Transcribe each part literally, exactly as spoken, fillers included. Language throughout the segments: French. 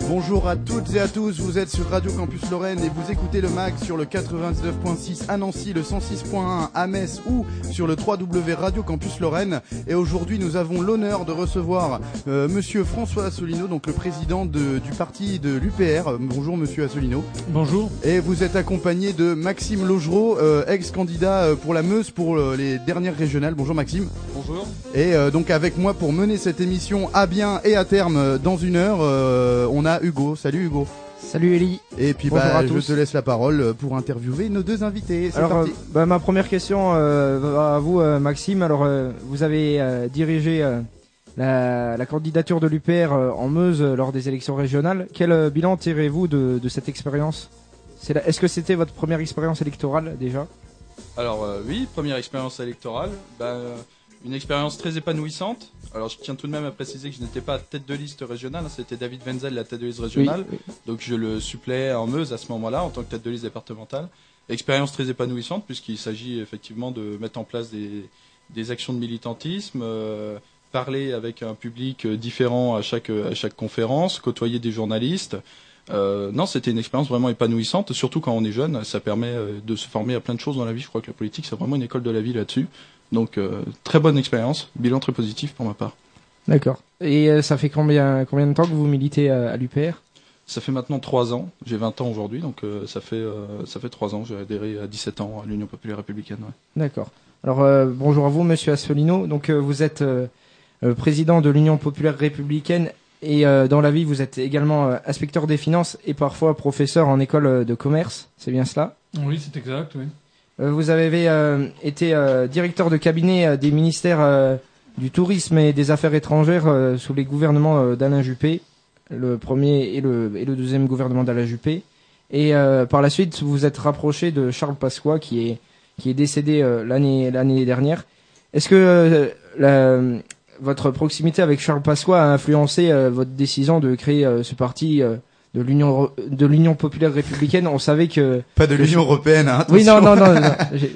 Bonjour à toutes et à tous, vous êtes sur Radio Campus Lorraine et vous écoutez le M A G sur le quatre-vingt-dix-neuf virgule six à Nancy, le cent six virgule un à Metz ou sur le w w w point radio campus lorraine. Et aujourd'hui, nous avons l'honneur de recevoir euh, Monsieur François Asselineau, donc le président de, du parti de l'U P R. Bonjour Monsieur Asselineau. Bonjour. Et vous êtes accompagné de Maxime Laugereau, euh, ex-candidat pour la Meuse pour euh, les dernières régionales. Bonjour Maxime. Bonjour. Et euh, donc avec moi pour mener cette émission à bien et à terme euh, dans une heure, euh, on a Hugo. Salut Hugo. Salut Elie. Et puis Bonjour bah, à je tous. te laisse la parole pour interviewer nos deux invités. C'est Alors, parti. euh, bah, ma première question euh, va à vous euh, Maxime. Alors euh, vous avez euh, dirigé euh, la, la candidature de l'U P R euh, en Meuse euh, lors des élections régionales. Quel euh, bilan tirez-vous de, de cette expérience ? C'est la... Est-ce que c'était votre première expérience électorale déjà ? Alors euh, oui, première expérience électorale. Bah, euh, une expérience très épanouissante. Alors je tiens tout de même à préciser que je n'étais pas tête de liste régionale, hein, c'était David Wenzel, la tête de liste régionale, oui, oui. Donc je le suppléais en Meuse à ce moment-là en tant que tête de liste départementale. Expérience très épanouissante puisqu'il s'agit effectivement de mettre en place des, des actions de militantisme, euh, parler avec un public différent à chaque, à chaque conférence, côtoyer des journalistes. Euh, non, c'était une expérience vraiment épanouissante, surtout quand on est jeune, ça permet de se former à plein de choses dans la vie. Je crois que la politique c'est vraiment une école de la vie là-dessus. Donc euh, très bonne expérience, bilan très positif pour ma part. D'accord. Et euh, ça fait combien combien de temps que vous militez à, à l'U P R ? Ça fait maintenant trois ans, j'ai vingt ans aujourd'hui, donc euh, ça fait euh, ça fait trois ans, j'ai adhéré à dix-sept ans à l'Union Populaire Républicaine. Ouais. D'accord. Alors euh, bonjour à vous Monsieur Asselineau. Donc euh, vous êtes euh, euh, président de l'Union Populaire Républicaine et euh, dans la vie vous êtes également euh, inspecteur des finances et parfois professeur en école de commerce, c'est bien cela ? Oui, c'est exact, oui. Vous avez euh, été euh, directeur de cabinet euh, des ministères euh, du tourisme et des affaires étrangères euh, sous les gouvernements euh, d'Alain Juppé, le premier et le, et le deuxième gouvernement d'Alain Juppé. Et euh, par la suite, vous vous êtes rapproché de Charles Pasqua, qui est qui est décédé euh, l'année l'année dernière. Est-ce que euh, la, votre proximité avec Charles Pasqua a influencé euh, votre décision de créer euh, ce parti euh, de l'Union de l'Union populaire républicaine? On savait que pas de l'Union européenne, hein, oui, non, non, non. non, non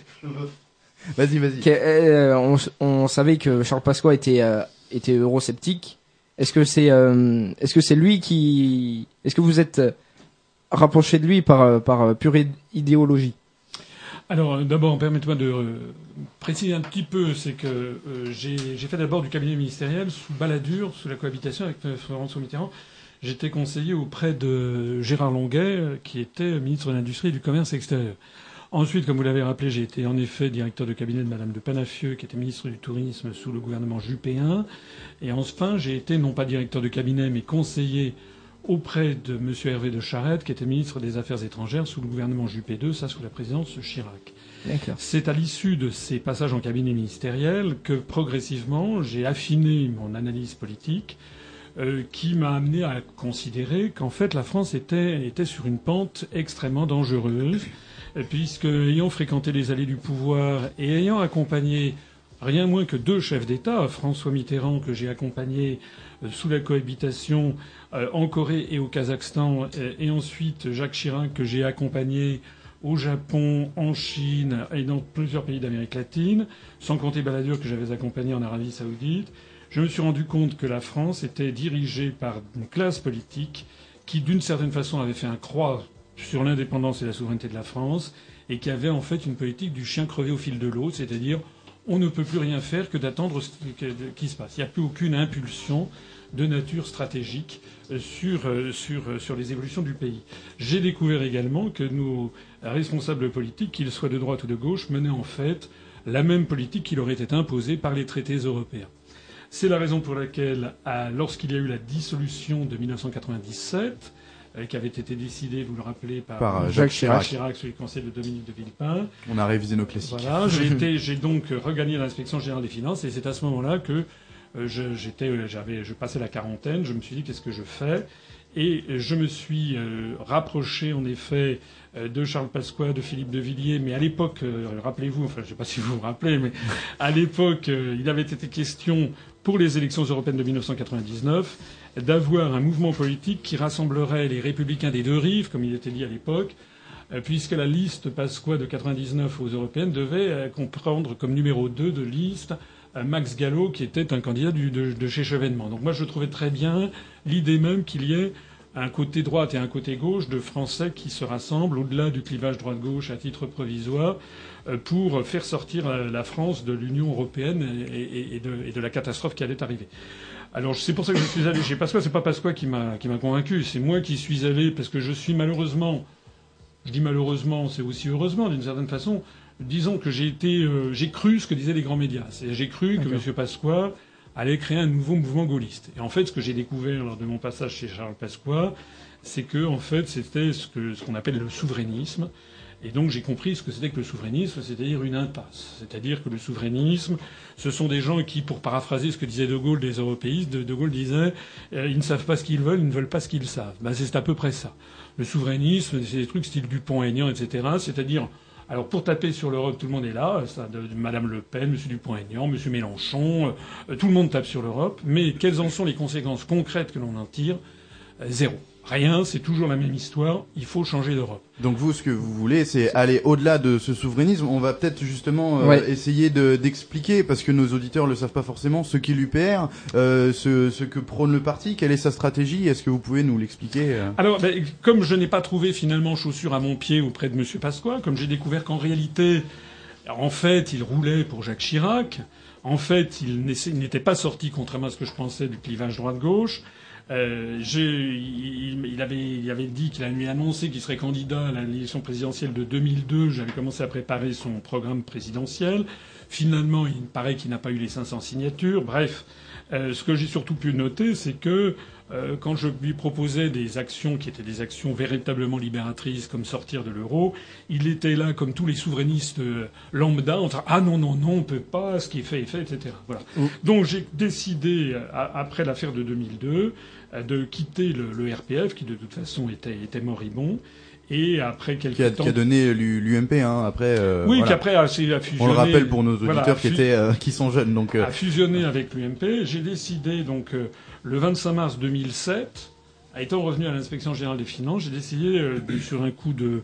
vas-y, vas-y. Que, euh, on, on savait que Charles Pasqua était euh, était eurosceptique. Est-ce que c'est euh, est-ce que c'est lui qui est-ce que vous êtes euh, rapproché de lui par par euh, pure idéologie? Alors euh, d'abord, permettez-moi de euh, préciser un petit peu, c'est que euh, j'ai j'ai fait d'abord du cabinet ministériel sous Balladur, sous la cohabitation avec euh, François Mitterrand. J'étais conseiller auprès de Gérard Longuet, qui était ministre de l'Industrie et du Commerce extérieur. Ensuite, comme vous l'avez rappelé, j'ai été en effet directeur de cabinet de Madame de Panafieux, qui était ministre du Tourisme sous le gouvernement juppéen. Et enfin, j'ai été non pas directeur de cabinet, mais conseiller auprès de Monsieur Hervé de Charette, qui était ministre des Affaires étrangères sous le gouvernement Juppé deux, ça sous la présidence Chirac. D'accord. C'est à l'issue de ces passages en cabinet ministériel que progressivement, j'ai affiné mon analyse politique, Euh, qui m'a amené à considérer qu'en fait la France était, était sur une pente extrêmement dangereuse, puisque ayant fréquenté les allées du pouvoir et ayant accompagné rien moins que deux chefs d'État, François Mitterrand que j'ai accompagné euh, sous la cohabitation euh, en Corée et au Kazakhstan, euh, et ensuite Jacques Chirac que j'ai accompagné au Japon, en Chine et dans plusieurs pays d'Amérique latine, sans compter Balladur que j'avais accompagné en Arabie Saoudite. Je me suis rendu compte que la France était dirigée par une classe politique qui, d'une certaine façon, avait fait un croix sur l'indépendance et la souveraineté de la France et qui avait en fait une politique du chien crevé au fil de l'eau, c'est-à-dire on ne peut plus rien faire que d'attendre ce qui se passe. Il n'y a plus aucune impulsion de nature stratégique sur, sur, sur les évolutions du pays. J'ai découvert également que nos responsables politiques, qu'ils soient de droite ou de gauche, menaient en fait la même politique qui leur était imposée par les traités européens. C'est la raison pour laquelle, lorsqu'il y a eu la dissolution de mille neuf cent quatre-vingt-dix-sept, euh, qui avait été décidée, vous le rappelez, par, par euh, Jacques Chirac. Chirac sous les conseils de Dominique de Villepin. On a révisé nos classiques. Voilà, j'ai été, j'ai donc regagné l'inspection générale des finances, et c'est à ce moment-là que euh, je, j'étais, j'avais, je passais la quarantaine. Je me suis dit qu'est-ce que je fais, et je me suis euh, rapproché en effet de Charles Pasqua, de Philippe de Villiers, mais à l'époque, euh, rappelez-vous, enfin je ne sais pas si vous vous rappelez, mais à l'époque, euh, il avait été question pour les élections européennes de mille neuf cent quatre-vingt-dix-neuf d'avoir un mouvement politique qui rassemblerait les républicains des deux rives, comme il était dit à l'époque, euh, puisque la liste Pasqua de quatre-vingt-dix-neuf aux européennes devait euh, comprendre comme numéro deux de liste euh, Max Gallo, qui était un candidat du, de, de chez Chevènement. Donc moi je trouvais très bien l'idée même qu'il y ait un côté droite et un côté gauche de Français qui se rassemblent au-delà du clivage droite-gauche à titre provisoire pour faire sortir la France de l'Union européenne et, et, de, et de la catastrophe qui allait arriver. Alors c'est pour ça que je suis allé chez Pasqua. C'est pas Pasqua qui m'a qui m'a convaincu, c'est moi qui suis allé parce que je suis malheureusement, je dis malheureusement, c'est aussi heureusement d'une certaine façon. Disons que j'ai été, euh, j'ai cru ce que disaient les grands médias. C'est, j'ai cru que M. Pasqua allait créer un nouveau mouvement gaulliste. Et en fait, ce que j'ai découvert lors de mon passage chez Charles Pasqua, c'est que en fait, c'était ce que ce qu'on appelle le souverainisme. Et donc j'ai compris ce que c'était que le souverainisme, c'est-à-dire une impasse. C'est-à-dire que le souverainisme, ce sont des gens qui, pour paraphraser ce que disait De Gaulle des européistes, De, de Gaulle disait euh, ils ne savent pas ce qu'ils veulent, ils ne veulent pas ce qu'ils savent. Ben, c'est à peu près ça. Le souverainisme, c'est des trucs style Dupont-Aignan, et cetera. C'est-à-dire, alors pour taper sur l'Europe, tout le monde est là, ça, de, de Madame Le Pen, M. Dupont-Aignan, M. Mélenchon, euh, tout le monde tape sur l'Europe. Mais quelles en sont les conséquences concrètes que l'on en tire? euh, Zéro. Rien, c'est toujours la même histoire, il faut changer d'Europe. Donc vous, ce que vous voulez, c'est aller au-delà de ce souverainisme. On va peut-être justement euh, ouais. essayer de, d'expliquer, parce que nos auditeurs le savent pas forcément, ce qu'est l'U P R, euh, ce, ce que prône le parti, quelle est sa stratégie. Est-ce que vous pouvez nous l'expliquer euh Alors, ben, comme je n'ai pas trouvé finalement chaussure à mon pied auprès de M. Pasqua, comme j'ai découvert qu'en réalité, en fait, il roulait pour Jacques Chirac, en fait, il n'était pas sorti, contrairement à ce que je pensais, du clivage droite-gauche. Euh, j'ai, il, il, avait, il avait dit qu'il avait annoncé qu'il serait candidat à l'élection présidentielle de deux mille deux. J'avais commencé à préparer son programme présidentiel. Finalement, il paraît qu'il n'a pas eu les cinq cents signatures. Bref, euh, ce que j'ai surtout pu noter, c'est que euh, quand je lui proposais des actions qui étaient des actions véritablement libératrices, comme sortir de l'euro, il était là comme tous les souverainistes euh, lambda, en train ah non non non on peut pas, ce qui est fait est fait, et cetera. Voilà. Mmh. Donc j'ai décidé à, après l'affaire de deux mille deux de quitter le, le R P F, qui de toute façon était, était moribond, et après quelques qui a, temps... Qui a donné l'U M P, hein, après... Euh, oui, voilà. qu'après a, a fusionné... On le rappelle pour nos auditeurs voilà, qui, étaient, euh, qui sont jeunes, donc... Euh... a fusionné avec l'U M P. J'ai décidé, donc, euh, le vingt-cinq mars deux mille sept, étant revenu à l'Inspection Générale des Finances, j'ai décidé, euh, de, sur un coup de...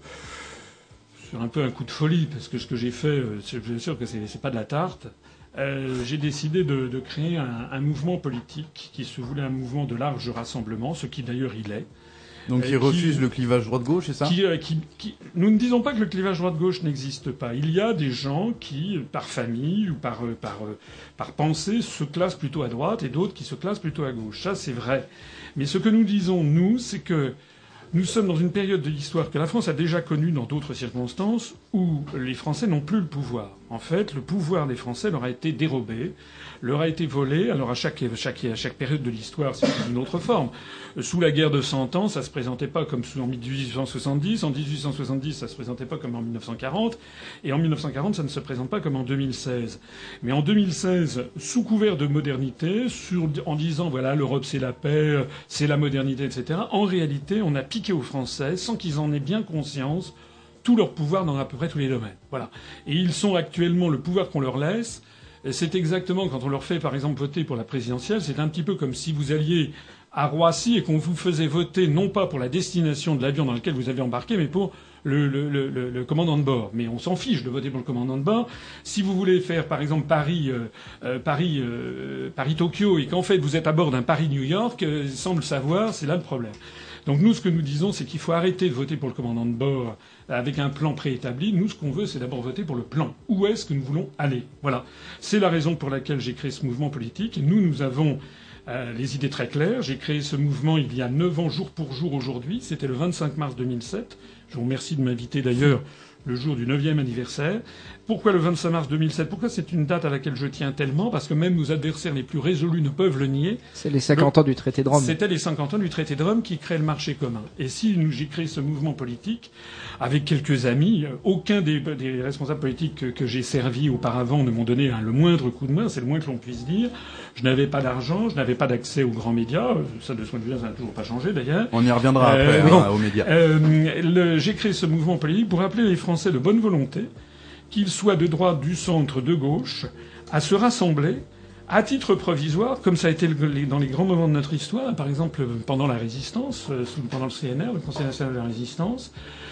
sur un peu un coup de folie, parce que ce que j'ai fait, euh, je suis sûr que c'est, c'est pas de la tarte... Euh, j'ai décidé de, de créer un, un mouvement politique qui se voulait un mouvement de large rassemblement, ce qui d'ailleurs il est. Donc euh, qui refuse le clivage droite-gauche, c'est ça qui, euh, qui, qui, Nous ne disons pas que le clivage droite-gauche n'existe pas. Il y a des gens qui, par famille ou par, par, par pensée, se classent plutôt à droite et d'autres qui se classent plutôt à gauche. Ça, c'est vrai. Mais ce que nous disons, nous, c'est que nous sommes dans une période de l'histoire que la France a déjà connue dans d'autres circonstances où les Français n'ont plus le pouvoir. En fait, le pouvoir des Français leur a été dérobé, leur a été volé. Alors à chaque, chaque, à chaque période de l'histoire, c'est une autre forme. Sous la guerre de Cent Ans, ça se présentait pas comme en dix-huit cent soixante-dix. En dix-huit cent soixante-dix, ça se présentait pas comme en mille neuf cent quarante. Et en mille neuf cent quarante, ça ne se présente pas comme en deux mille seize. Mais en deux mille seize, sous couvert de modernité, sur, en disant voilà, l'Europe c'est la paix, c'est la modernité, et cetera. En réalité, on a piqué aux Français, sans qu'ils en aient bien conscience, tout leur pouvoir dans à peu près tous les domaines. Voilà. Et ils sont actuellement le pouvoir qu'on leur laisse. C'est exactement quand on leur fait, par exemple, voter pour la présidentielle, c'est un petit peu comme si vous alliez à Roissy et qu'on vous faisait voter non pas pour la destination de l'avion dans lequel vous avez embarqué, mais pour le, le, le, le commandant de bord. Mais on s'en fiche de voter pour le commandant de bord. Si vous voulez faire, par exemple, Paris, euh, euh, Paris, euh, Paris-Tokyo, et qu'en fait vous êtes à bord d'un Paris-New York, euh, sans le savoir, c'est là le problème. Donc nous, ce que nous disons, c'est qu'il faut arrêter de voter pour le commandant de bord avec un plan préétabli. Nous, ce qu'on veut, c'est d'abord voter pour le plan. Où est-ce que nous voulons aller? Voilà. C'est la raison pour laquelle j'ai créé ce mouvement politique. Nous, nous avons euh, les idées très claires. J'ai créé ce mouvement il y a neuf ans, jour pour jour, aujourd'hui. C'était le vingt-cinq mars deux mille sept. Je vous remercie de m'inviter d'ailleurs le jour du neuvième anniversaire. Pourquoi le vingt-cinq mars deux mille sept? Pourquoi c'est une date à laquelle je tiens tellement? Parce que même nos adversaires les plus résolus ne peuvent le nier. C'est les cinquante ans du traité de Rome. C'était les cinquante ans du traité de Rome qui créent le marché commun. Et si nous, j'ai créé ce mouvement politique avec quelques amis, aucun des, des responsables politiques que, que j'ai servis auparavant ne m'ont donné hein, le moindre coup de main, c'est le moins que l'on puisse dire. Je n'avais pas d'argent, je n'avais pas d'accès aux grands médias. Ça, de ce point de vue, ça n'a toujours pas changé d'ailleurs. On y reviendra euh, après bon, hein, aux médias. Euh, le, j'ai créé ce mouvement politique pour appeler les Français de bonne volonté, qu'ils soient de droite, du centre, de gauche, à se rassembler à titre provisoire, comme ça a été dans les grands moments de notre histoire, par exemple pendant la Résistance, pendant le C N R, le Conseil national de la Résistance,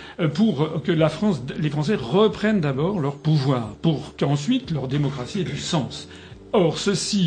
pour que la France, les Français reprennent d'abord leur pouvoir, pour qu'ensuite leur démocratie ait du sens. Or, ceci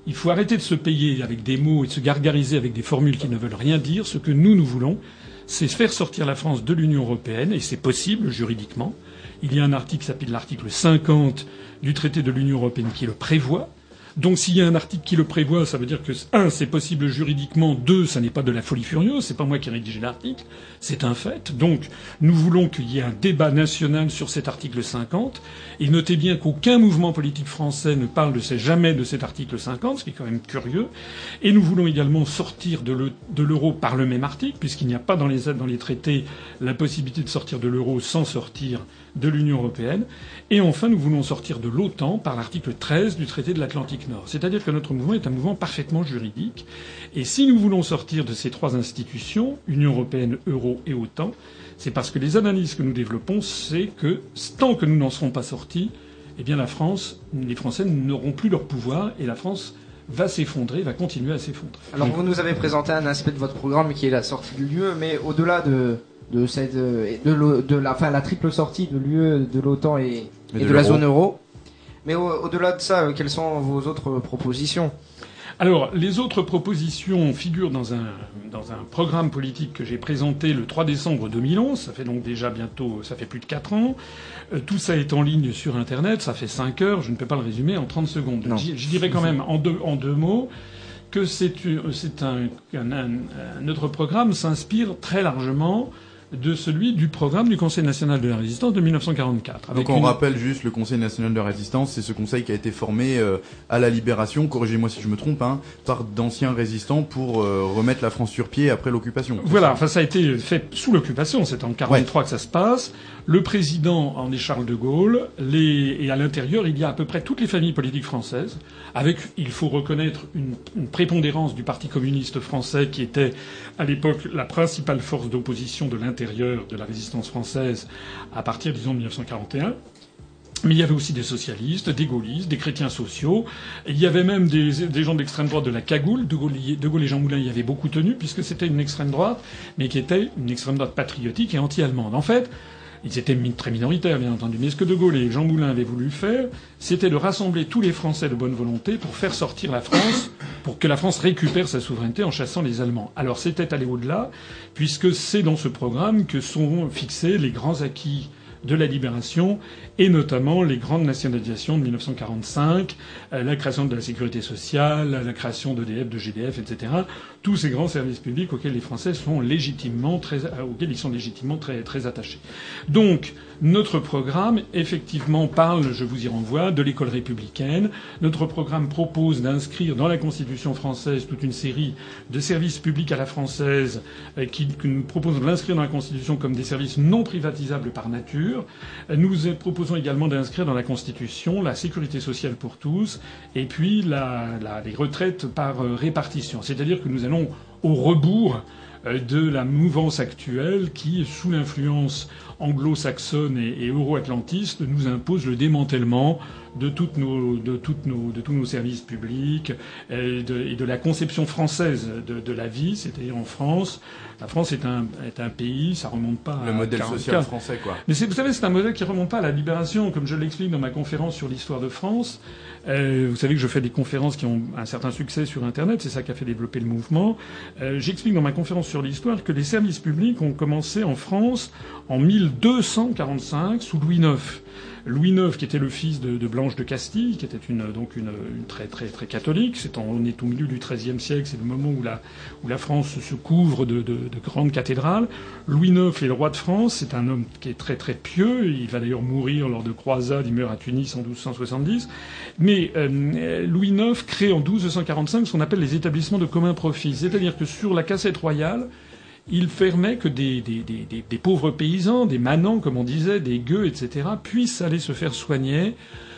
Il faut arrêter de se payer avec des mots et de se gargariser avec des formules qui ne veulent rien dire. Ce que nous, nous voulons, c'est faire sortir la France de l'Union européenne, et c'est possible juridiquement. Il y a un article qui s'appelle l'article cinquante du traité de l'Union européenne qui le prévoit. Donc s'il y a un article qui le prévoit, ça veut dire que, un, c'est possible juridiquement, deux, ça n'est pas de la folie furieuse, c'est pas moi qui ai rédigé l'article, c'est un fait. Donc nous voulons qu'il y ait un débat national sur cet article cinquante, et notez bien qu'aucun mouvement politique français ne parle de ces, jamais de cet article cinquante, ce qui est quand même curieux, et nous voulons également sortir de, le, de l'euro par le même article, puisqu'il n'y a pas dans les, dans les traités la possibilité de sortir de l'euro sans sortir de l'Union européenne. Et enfin, nous voulons sortir de l'OTAN par l'article treize du traité de l'Atlantique Nord. C'est-à-dire que notre mouvement est un mouvement parfaitement juridique. Et si nous voulons sortir de ces trois institutions, Union européenne, euro et OTAN, c'est parce que les analyses que nous développons, c'est que tant que nous n'en serons pas sortis, eh bien la France, les Français n'auront plus leur pouvoir et la France va s'effondrer, va continuer à s'effondrer. Alors vous nous avez présenté un aspect de votre programme qui est la sortie de l'U E, mais au-delà de de cette de, de, de la enfin la triple sortie de l'U E, de l'OTAN et, et, et de, de la zone euro. Mais au, au-delà de ça, quelles sont vos autres propositions ? Alors, les autres propositions figurent dans un dans un programme politique que j'ai présenté le trois décembre deux mille onze. Ça fait donc déjà bientôt, ça fait plus de quatre ans. Euh, tout ça est en ligne sur Internet. Ça fait cinq heures. Je ne peux pas le résumer en trente secondes. Je, je dirais quand même en deux en deux mots que c'est c'est un, un, un notre programme s'inspire très largement de celui du programme du Conseil national de la résistance de mille neuf cent quarante-quatre. Donc on une... rappelle juste le Conseil national de la résistance, c'est ce conseil qui a été formé euh, à la Libération, corrigez-moi si je me trompe, hein, par d'anciens résistants pour euh, remettre la France sur pied après l'occupation. Voilà, ça. Enfin ça a été fait sous l'occupation, c'est en quarante-trois ouais. que ça se passe. Le président en est Charles de Gaulle, les... et à l'intérieur il y a à peu près toutes les familles politiques françaises, avec, il faut reconnaître, une, une prépondérance du Parti communiste français qui était à l'époque la principale force d'opposition de l'intérieur de la résistance française à partir, disons, de mille neuf cent quarante et un. Mais il y avait aussi des socialistes, des gaullistes, des chrétiens sociaux. Et il y avait même des, des gens de l'extrême droite de la cagoule. De Gaulle, de Gaulle et Jean Moulin y avaient beaucoup tenu, puisque c'était une extrême droite, mais qui était une extrême droite patriotique et anti-allemande. En fait, ils étaient très minoritaires, bien entendu. Mais ce que De Gaulle et Jean Moulin avaient voulu faire, c'était de rassembler tous les Français de bonne volonté pour faire sortir la France, pour que la France récupère sa souveraineté en chassant les Allemands. Alors c'était aller au-delà, puisque c'est dans ce programme que sont fixés les grands acquis de la libération, et notamment les grandes nationalisations de mille neuf cent quarante-cinq, euh, la création de la sécurité sociale, la création d'E D F, de G D F, et cetera. Tous ces grands services publics auxquels les Français sont légitimement très, euh, auxquels ils sont légitimement très, très attachés. Donc, notre programme, effectivement, parle, je vous y renvoie, de l'école républicaine. Notre programme propose d'inscrire dans la Constitution française toute une série de services publics à la française, euh, qui, que nous proposons de l'inscrire dans la Constitution comme des services non privatisables par nature. Nous proposons également d'inscrire dans la Constitution la sécurité sociale pour tous et puis la, la, les retraites par répartition. C'est-à-dire que nous allons au rebours de la mouvance actuelle qui, sous l'influence anglo-saxonne et, et euro-atlantiste, nous impose le démantèlement de, toutes nos, de, toutes nos, de tous nos services publics et de, et de la conception française de, de la vie, c'est-à-dire en France. La France est un, est un pays, ça remonte pas le à... Le modèle quarante-quatre. social français, quoi. Mais c'est, vous savez, c'est un modèle qui remonte pas à la libération, comme je l'explique dans ma conférence sur l'histoire de France. Euh, vous savez que je fais des conférences qui ont un certain succès sur Internet, c'est ça qui a fait développer le mouvement. Euh, j'explique dans ma conférence sur l'histoire que les services publics ont commencé en France en mille deux cent quarante-cinq, sous Louis neuf. Louis neuf, qui était le fils de, de Blanche de Castille, qui était une, donc une, une très, très, très catholique. C'est en, on est au milieu du treizième siècle, c'est le moment où la, où la France se couvre de, de, de grandes cathédrales. Louis neuf est le roi de France, c'est un homme qui est très, très pieux. Il va d'ailleurs mourir lors de croisades, il meurt à Tunis en douze cent soixante-dix. Mais euh, Louis neuf crée en douze cent quarante-cinq ce qu'on appelle les établissements de commun profit. C'est-à-dire que sur la cassette royale, il permet que des, des, des, des pauvres paysans, des manants, comme on disait, des gueux, et cetera, puissent aller se faire soigner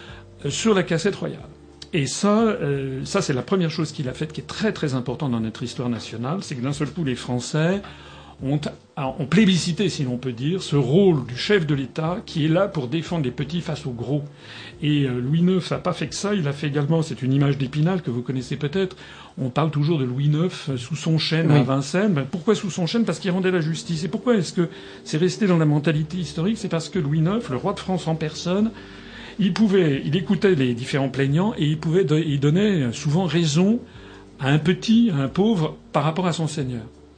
sur la cassette royale. Et ça, euh, ça c'est la première chose qu'il a faite, qui est très très importante dans notre histoire nationale, c'est que d'un seul coup, les Français ont, ont plébiscité, si l'on peut dire, ce rôle du chef de l'État qui est là pour défendre les petits face aux gros. Et euh, Louis neuf n'a pas fait que ça, il a fait également, c'est une image d'Épinal que vous connaissez peut-être, on parle toujours de Louis neuf sous son chêne oui. à Vincennes. Ben, pourquoi sous son chêne ? Parce qu'il rendait la justice. Et pourquoi est-ce que c'est resté dans la mentalité historique ? C'est parce que Louis neuf, le roi de France en personne, il pouvait, il écoutait les différents plaignants et il pouvait, il donnait souvent raison à un petit, à un pauvre, par rapport à son seigneur.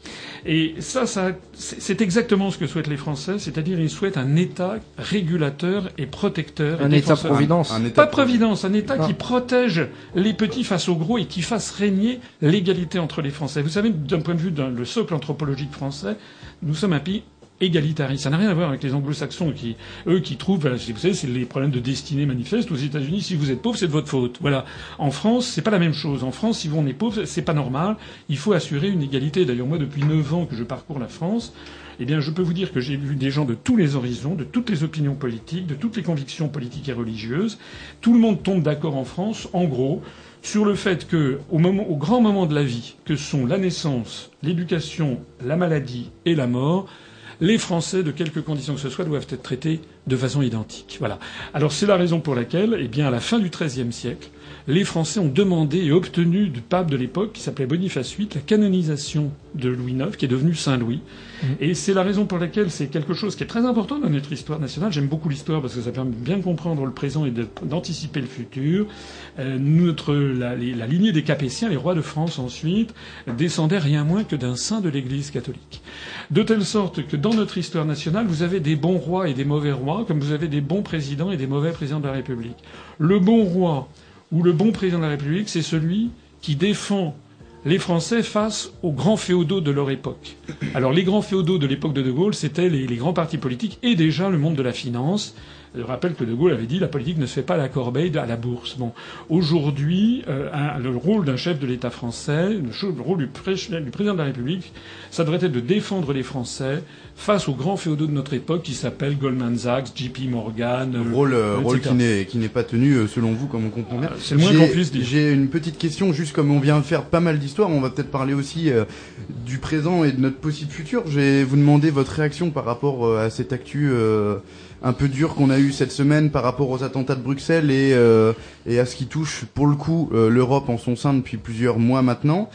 Et ça, ça, c'est exactement ce que souhaitent les Français, c'est-à-dire ils souhaitent un État régulateur et protecteur. Un et État-providence. Un, un État pas providence, un État non. qui protège les petits face aux gros et qui fasse régner l'égalité entre les Français. Vous savez, d'un point de vue du socle anthropologique français, nous sommes un pays égalitariste. Ça n'a rien à voir avec les anglo-saxons qui, eux, qui trouvent, vous savez, c'est les problèmes de destinée manifestes. Aux États-Unis, si vous êtes pauvre, c'est de votre faute. Voilà. En France, c'est pas la même chose. En France, si on est pauvre, c'est pas normal. Il faut assurer une égalité. D'ailleurs, moi, depuis neuf ans que je parcours la France, eh bien, je peux vous dire que j'ai vu des gens de tous les horizons, de toutes les opinions politiques, de toutes les convictions politiques et religieuses. Tout le monde tombe d'accord en France, en gros, sur le fait que, au moment, au grand moment de la vie, que sont la naissance, l'éducation, la maladie et la mort, les Français, de quelque condition que ce soit, doivent être traités de façon identique. Voilà. Alors c'est la raison pour laquelle, eh bien, à la fin du XIIIe siècle, les Français ont demandé et obtenu du pape de l'époque, qui s'appelait Boniface huit, la canonisation de Louis neuf, qui est devenu Saint Louis. Mmh. Et c'est la raison pour laquelle c'est quelque chose qui est très important dans notre histoire nationale. J'aime beaucoup l'histoire parce que ça permet de bien comprendre le présent et d'anticiper le futur. Euh, notre, la, la lignée des Capétiens, les rois de France ensuite, descendait rien moins que d'un saint de l'Église catholique. De telle sorte que dans notre histoire nationale, vous avez des bons rois et des mauvais rois, comme vous avez des bons présidents et des mauvais présidents de la République. Le bon roi ou le bon président de la République, c'est celui qui défend les Français face aux grands féodaux de leur époque. Alors les grands féodaux de l'époque de De Gaulle, c'était les, les grands partis politiques et déjà le monde de la finance. Je rappelle que De Gaulle avait dit la politique ne se fait pas à la corbeille, à la bourse. Bon, aujourd'hui, euh, un, le rôle d'un chef de l'État français, le rôle du, pré, du président de la République, ça devrait être de défendre les Français face aux grands féodaux de notre époque qui s'appellent Goldman Sachs, J P Morgan. Euh, rôle, euh, rôle qui n'est qui n'est pas tenu selon vous, comme on comprend bien. C'est le moins qu'on puisse dire. J'ai une petite question, juste comme on vient de faire pas mal d'histoires, on va peut-être parler aussi euh, du présent et de notre possible futur. Je vais vous demander votre réaction par rapport euh, à cette actu euh, un peu dur qu'on a eu cette semaine par rapport aux attentats de Bruxelles et, euh, et à ce qui touche pour le coup euh, l'Europe en son sein depuis plusieurs mois maintenant.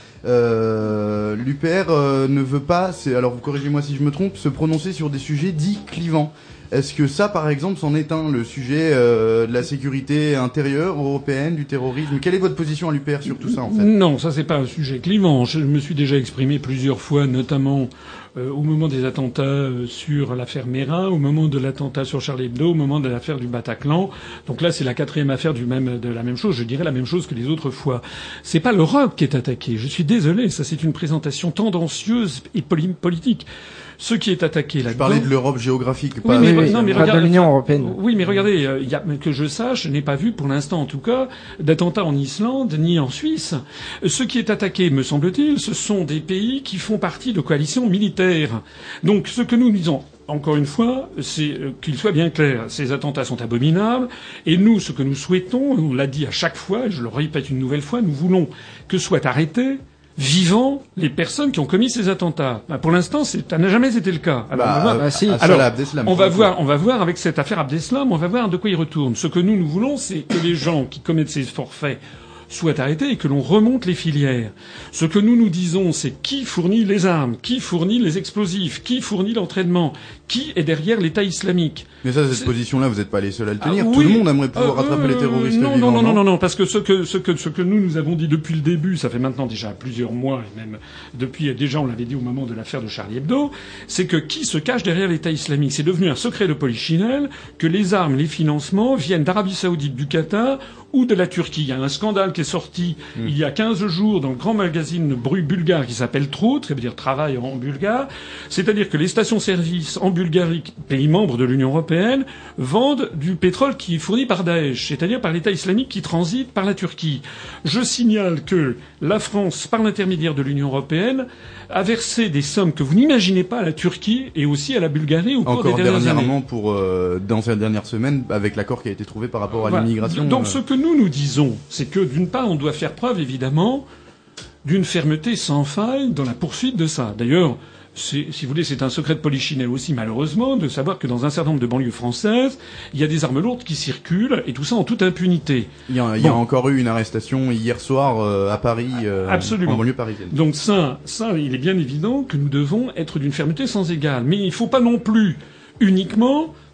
Euh, L'U P R euh, ne veut pas, alors vous corrigez-moi si je me trompe, se prononcer sur des sujets dits clivants. Est-ce que ça, par exemple, c'en est un, le sujet euh, de la sécurité intérieure européenne, du terrorisme? Quelle est votre position à l'U P R sur tout ça, en fait? Non, ça c'est pas un sujet clivant. Je me suis déjà exprimé plusieurs fois, notamment euh, au moment des attentats euh, sur l'affaire Meyrin, au moment de l'attentat sur Charlie Hebdo, au moment de l'affaire du Bataclan. Donc là, c'est la quatrième affaire du même, de la même chose. Je dirais la même chose que les autres fois. C'est pas l'Europe qui est attaquée. Je suis désolé. Ça, c'est une présentation tendancieuse et politique. Ce qui est attaqué là-dedans. Je parlais de l'Europe géographique, pas, oui, mais, oui, non, mais regarde, de l'Union européenne. Oui, mais regardez, euh, y a, que je sache, je n'ai pas vu pour l'instant en tout cas d'attentats en Islande ni en Suisse. Ce qui est attaqué, me semble-t-il, ce sont des pays qui font partie de coalitions militaires. Donc ce que nous disons, encore une fois, c'est qu'il soit bien clair, ces attentats sont abominables, et nous, ce que nous souhaitons, on l'a dit à chaque fois, et je le répète une nouvelle fois, nous voulons que soient arrêtés vivant les personnes qui ont commis ces attentats. Bah, pour l'instant, ça n'a jamais été le cas. Alors, bah, on va voir, euh, si. Alors, on va voir, on va voir avec cette affaire Abdeslam, on va voir de quoi il retourne. Ce que nous, nous voulons, c'est que les gens qui commettent ces forfaits soient arrêtés et que l'on remonte les filières. Ce que nous nous disons, c'est qui fournit les armes, qui fournit les explosifs, qui fournit l'entraînement, qui est derrière l'État islamique. Mais ça, cette position-là, vous n'êtes pas les seuls à le tenir. Ah, oui. Tout le monde aimerait pouvoir euh, rattraper les terroristes non, vivants. Non, non, non, non, non, parce que ce que, ce que, ce que nous, nous avons dit depuis le début, ça fait maintenant déjà plusieurs mois, et même depuis, déjà, on l'avait dit au moment de l'affaire de Charlie Hebdo, c'est que qui se cache derrière l'État islamique? C'est devenu un secret de polichinelle que les armes, les financements viennent d'Arabie Saoudite, du Qatar ou de la Turquie. Il y a un scandale qui est sorti mmh. il y a quinze jours dans le grand magazine Bruit bulgare qui s'appelle Trout, ça veut dire travail en bulgare. C'est-à-dire que les stations-service en Bulgarie, pays membres de l'Union européenne, vendent du pétrole qui est fourni par Daesh, c'est-à-dire par l'État islamique qui transite par la Turquie. Je signale que la France, par l'intermédiaire de l'Union européenne, a versé des sommes que vous n'imaginez pas à la Turquie et aussi à la Bulgarie au cours des dernières années. Encore dernièrement, pour, euh, dans cette dernière semaine, avec l'accord qui a été trouvé par rapport à voilà. l'immigration. Donc euh... ce que nous nous disons, c'est que d'une part, on doit faire preuve, évidemment, d'une fermeté sans faille dans la poursuite de ça. D'ailleurs, si vous voulez, c'est un secret de polichinelle aussi, malheureusement, de savoir que dans un certain nombre de banlieues françaises, il y a des armes lourdes qui circulent, et tout ça en toute impunité. Il y a, il y a bon. encore eu une arrestation hier soir euh, à Paris, euh, Absolument. en banlieue parisienne. Donc ça, ça, il est bien évident que nous devons être d'une fermeté sans égale. Mais il ne faut pas non plus uniquement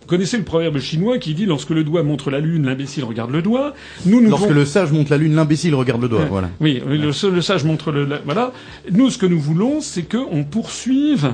Vous connaissez le proverbe chinois qui dit lorsque le doigt montre la lune, l'imbécile regarde le doigt. Nous, nous lorsque vont... le sage montre la lune, l'imbécile regarde le doigt. Ouais. Voilà. Oui, ouais. le, le sage montre le la... voilà. Nous, ce que nous voulons, c'est qu'on poursuive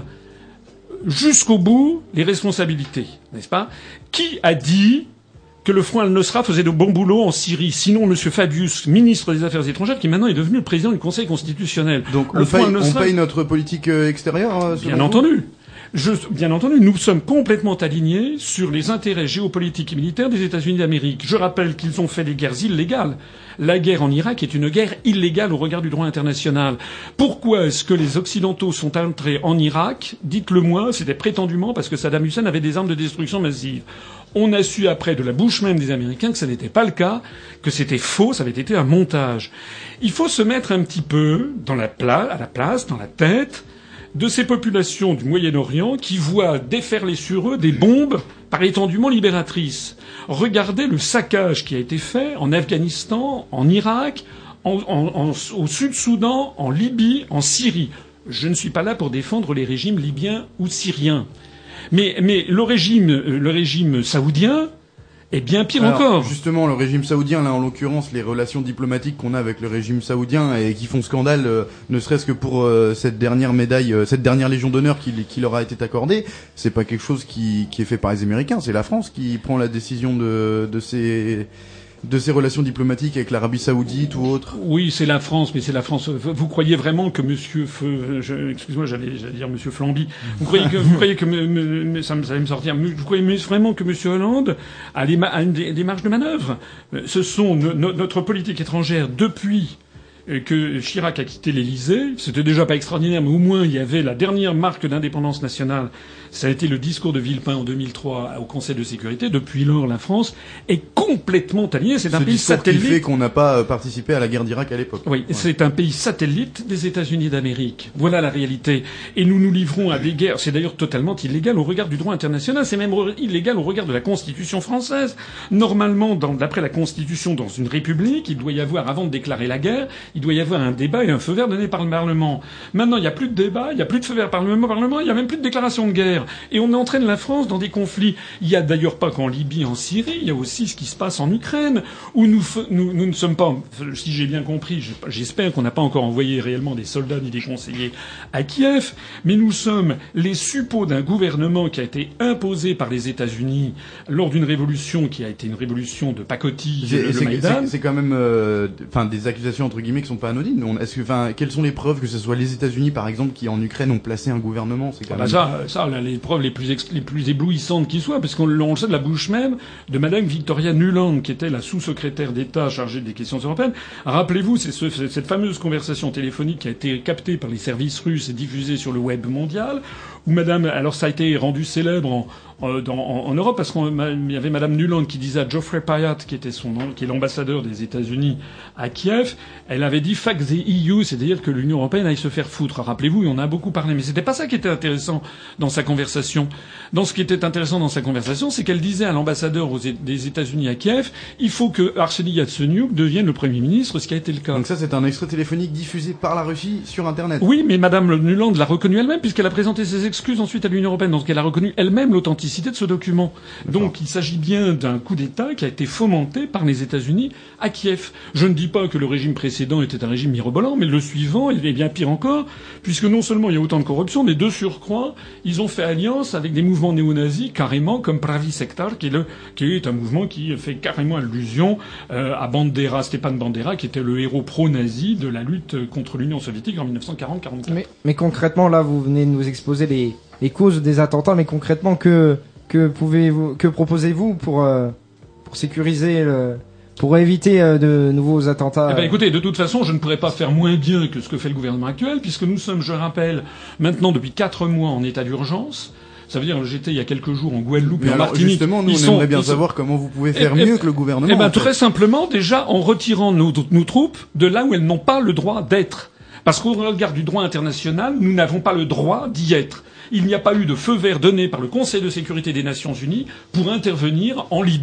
jusqu'au bout les responsabilités, n'est-ce pas? Qui a dit que le Front al-Nosra faisait de bon boulot en Syrie? Sinon, Monsieur Fabius, ministre des Affaires étrangères, qui maintenant est devenu le président du Conseil constitutionnel. Donc, le on, Front paye, al-Nosra... on paye notre politique euh, extérieure, euh, Bien entendu. Je, bien entendu, nous sommes complètement alignés sur les intérêts géopolitiques et militaires des États-Unis d'Amérique. Je rappelle qu'ils ont fait des guerres illégales. La guerre en Irak est une guerre illégale au regard du droit international. Pourquoi est-ce que les Occidentaux sont entrés en Irak? Dites-le moi, c'était prétendument parce que Saddam Hussein avait des armes de destruction massive. On a su après de la bouche même des Américains que ça n'était pas le cas, que c'était faux, ça avait été un montage. Il faut se mettre un petit peu dans la pla- à la place, dans la tête de ces populations du Moyen-Orient qui voient déferler sur eux des bombes prétendument libératrices. Regardez le saccage qui a été fait en Afghanistan, en Irak, en, en, en, au Sud-Soudan, en Libye, en Syrie. Je ne suis pas là pour défendre les régimes libyens ou syriens. Mais, mais le régime, le régime saoudien est bien pire Alors, encore. Justement, le régime saoudien, là en l'occurrence, les relations diplomatiques qu'on a avec le régime saoudien et qui font scandale, euh, ne serait-ce que pour euh, cette dernière médaille, euh, cette dernière Légion d'honneur qui, qui leur a été accordée, c'est pas quelque chose qui, qui est fait par les Américains, c'est la France qui prend la décision de, de ces de ces relations diplomatiques avec l'Arabie Saoudite ou autre. Oui, c'est la France, mais c'est la France. Vous croyez vraiment que Monsieur Feu, je, excuse-moi, j'allais, j'allais dire Monsieur Flamby. Vous croyez que, vous croyez que me, me, ça, me, ça allait me sortir. Vous croyez vraiment que Monsieur Hollande a des, a des, des marges de manœuvre? Ce sont no, no, notre politique étrangère depuis que Chirac a quitté l'Élysée. C'était déjà pas extraordinaire, mais au moins il y avait la dernière marque d'indépendance nationale. Ça a été le discours de Villepin en deux mille trois au Conseil de sécurité. Depuis lors, la France est complètement alignée. C'est un Ce pays discours satellite. qui fait qu'on n'a pas participé à la guerre d'Irak à l'époque. Oui, ouais. C'est un pays satellite des États-Unis d'Amérique. Voilà la réalité. Et nous nous livrons à des guerres. C'est d'ailleurs totalement illégal au regard du droit international. C'est même illégal au regard de la Constitution française. Normalement, dans, d'après la Constitution, dans une république, il doit y avoir, avant de déclarer la guerre, il doit y avoir un débat et un feu vert donné par le Parlement. Maintenant, il n'y a plus de débat, il n'y a plus de feu vert par le Parlement, il n'y a même plus de déclaration de guerre. Et on entraîne la France dans des conflits. Il n'y a d'ailleurs pas qu'en Libye, en Syrie, il y a aussi ce qui se passe en Ukraine, où nous, nous, nous ne sommes pas, si j'ai bien compris, j'espère qu'on n'a pas encore envoyé réellement des soldats ni des conseillers à Kiev, mais nous sommes les suppôts d'un gouvernement qui a été imposé par les États-Unis lors d'une révolution qui a été une révolution de pacotille, le, le Maïdan. C'est quand même, euh, enfin, des accusations entre guillemets qui sont pas anodines. Est-ce que, enfin, quelles sont les preuves que ce soit les États-Unis, par exemple, qui en Ukraine ont placé un gouvernement? C'est quand ah même. Bah ça, ça, là, les preuves les plus ex, les plus éblouissantes qui soient, parce qu'on on le sait de la bouche même de Madame Victoria Nuland, qui était la sous-secrétaire d'État chargée des questions européennes. Rappelez-vous, c'est ce, cette fameuse conversation téléphonique qui a été captée par les services russes et diffusée sur le web mondial, où Madame, alors ça a été rendu célèbre en, en, dans, en, en Europe parce qu'il y avait Madame Nuland qui disait à Geoffrey Pyatt, qui était son nom, qui est l'ambassadeur des États-Unis à Kiev, elle avait dit fuck the E U, c'est-à-dire que l'Union européenne aille se faire foutre. Rappelez-vous, on en a beaucoup parlé, mais c'était pas ça qui était intéressant dans sa conversation. Dans ce qui était intéressant dans sa conversation, c'est qu'elle disait à l'ambassadeur aux, des États-Unis à Kiev, il faut que Arseniy Yatsenyuk devienne le Premier ministre, ce qui a été le cas. Donc ça, c'est un extrait téléphonique diffusé par la Russie sur Internet. Oui, mais Madame Nuland l'a reconnu elle-même puisqu'elle a présenté ses excuses ensuite à l'Union européenne. Donc elle a reconnu elle-même l'authenticité de ce document. Donc il s'agit bien d'un coup d'État qui a été fomenté par les États-Unis à Kiev. Je ne dis pas que le régime précédent était un régime mirobolant, mais le suivant est bien pire encore, puisque non seulement il y a autant de corruption, mais de surcroît, ils ont fait alliance avec des mouvements néo-nazis carrément comme Pravi Sektor, qui est, le, qui est un mouvement qui fait carrément allusion euh, à Bandera, Stepan Bandera, qui était le héros pro-nazi de la lutte contre l'Union soviétique en dix-neuf cent quarante quarante-quatre. Mais, mais concrètement, là, vous venez de nous exposer les, les causes des attentats, mais concrètement, que, que pouvez-vous, que proposez-vous pour, euh, pour sécuriser le, pour éviter euh, de nouveaux attentats? Eh ben, écoutez, de toute façon, je ne pourrais pas faire moins bien que ce que fait le gouvernement actuel, puisque nous sommes, je rappelle, maintenant depuis quatre mois en état d'urgence. Ça veut dire, j'étais il y a quelques jours en Guadeloupe mais et en alors, Martinique. Justement, nous, ils on sont, aimerait bien ils savoir sont... comment vous pouvez faire eh, mieux eh, que le gouvernement. Eh ben, en fait. très simplement, déjà, en retirant nos, nos troupes de là où elles n'ont pas le droit d'être. Parce qu'au regard du droit international, nous n'avons pas le droit d'y être. Il n'y a pas eu de feu vert donné par le Conseil de sécurité des Nations Unies pour intervenir en Libye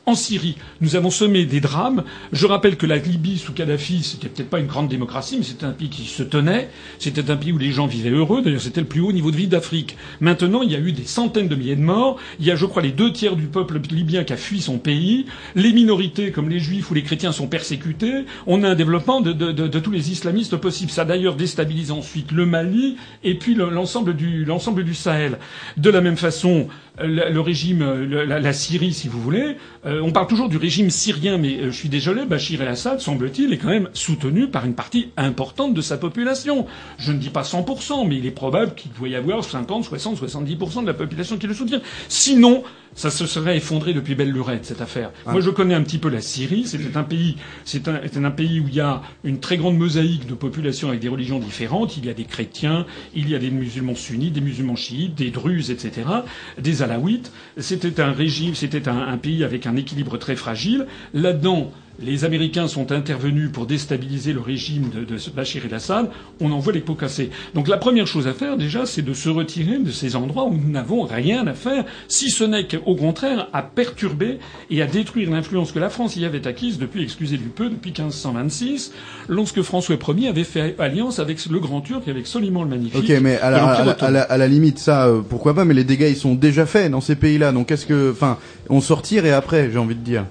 En Syrie, nous avons semé des drames. Je rappelle que la Libye sous Kadhafi, c'était peut-être pas une grande démocratie, mais c'était un pays qui se tenait. C'était un pays où les gens vivaient heureux. D'ailleurs, c'était le plus haut niveau de vie d'Afrique. Maintenant, il y a eu des centaines de milliers de morts. Il y a, je crois, les deux tiers du peuple libyen qui a fui son pays. Les minorités, comme les juifs ou les chrétiens, sont persécutés. On a un développement de, de, de, de tous les islamistes possibles. Ça a d'ailleurs déstabilisé ensuite le Mali et puis le, l'ensemble du, l'ensemble du Sahel. De la même façon, le, le régime, le, la, la Syrie, si vous voulez, euh, on parle toujours du régime syrien, mais euh, je suis désolé, Bachir el-Assad, semble-t-il, est quand même soutenu par une partie importante de sa population. Je ne dis pas cent pour cent, mais il est probable qu'il doit y avoir cinquante, soixante, soixante-dix pour cent de la population qui le soutient. Sinon, ça se serait effondré depuis belle lurette, cette affaire. Ah. Moi, je connais un petit peu la Syrie. C'était un pays, c'est un, c'est un pays où il y a une très grande mosaïque de populations avec des religions différentes. Il y a des chrétiens, il y a des musulmans sunnites, des musulmans chiites, des druzes, et cetera, des alaouites. C'était un régime, c'était un, un pays avec un équilibre très fragile. Là-dedans, les Américains sont intervenus pour déstabiliser le régime de, de Bachir el-Assad. On en voit les pots cassés. Donc la première chose à faire, déjà, c'est de se retirer de ces endroits où nous n'avons rien à faire, si ce n'est qu'au contraire à perturber et à détruire l'influence que la France y avait acquise depuis, excusez du peu, depuis quinze cent vingt-six, lorsque François Ier avait fait alliance avec le Grand Turc et avec Soliman le Magnifique. Ok, mais à la, à la, à la, à la limite, ça, euh, pourquoi pas, mais les dégâts, ils sont déjà faits dans ces pays-là. Donc qu'est-ce que... Enfin, on sortir et après, j'ai envie de dire...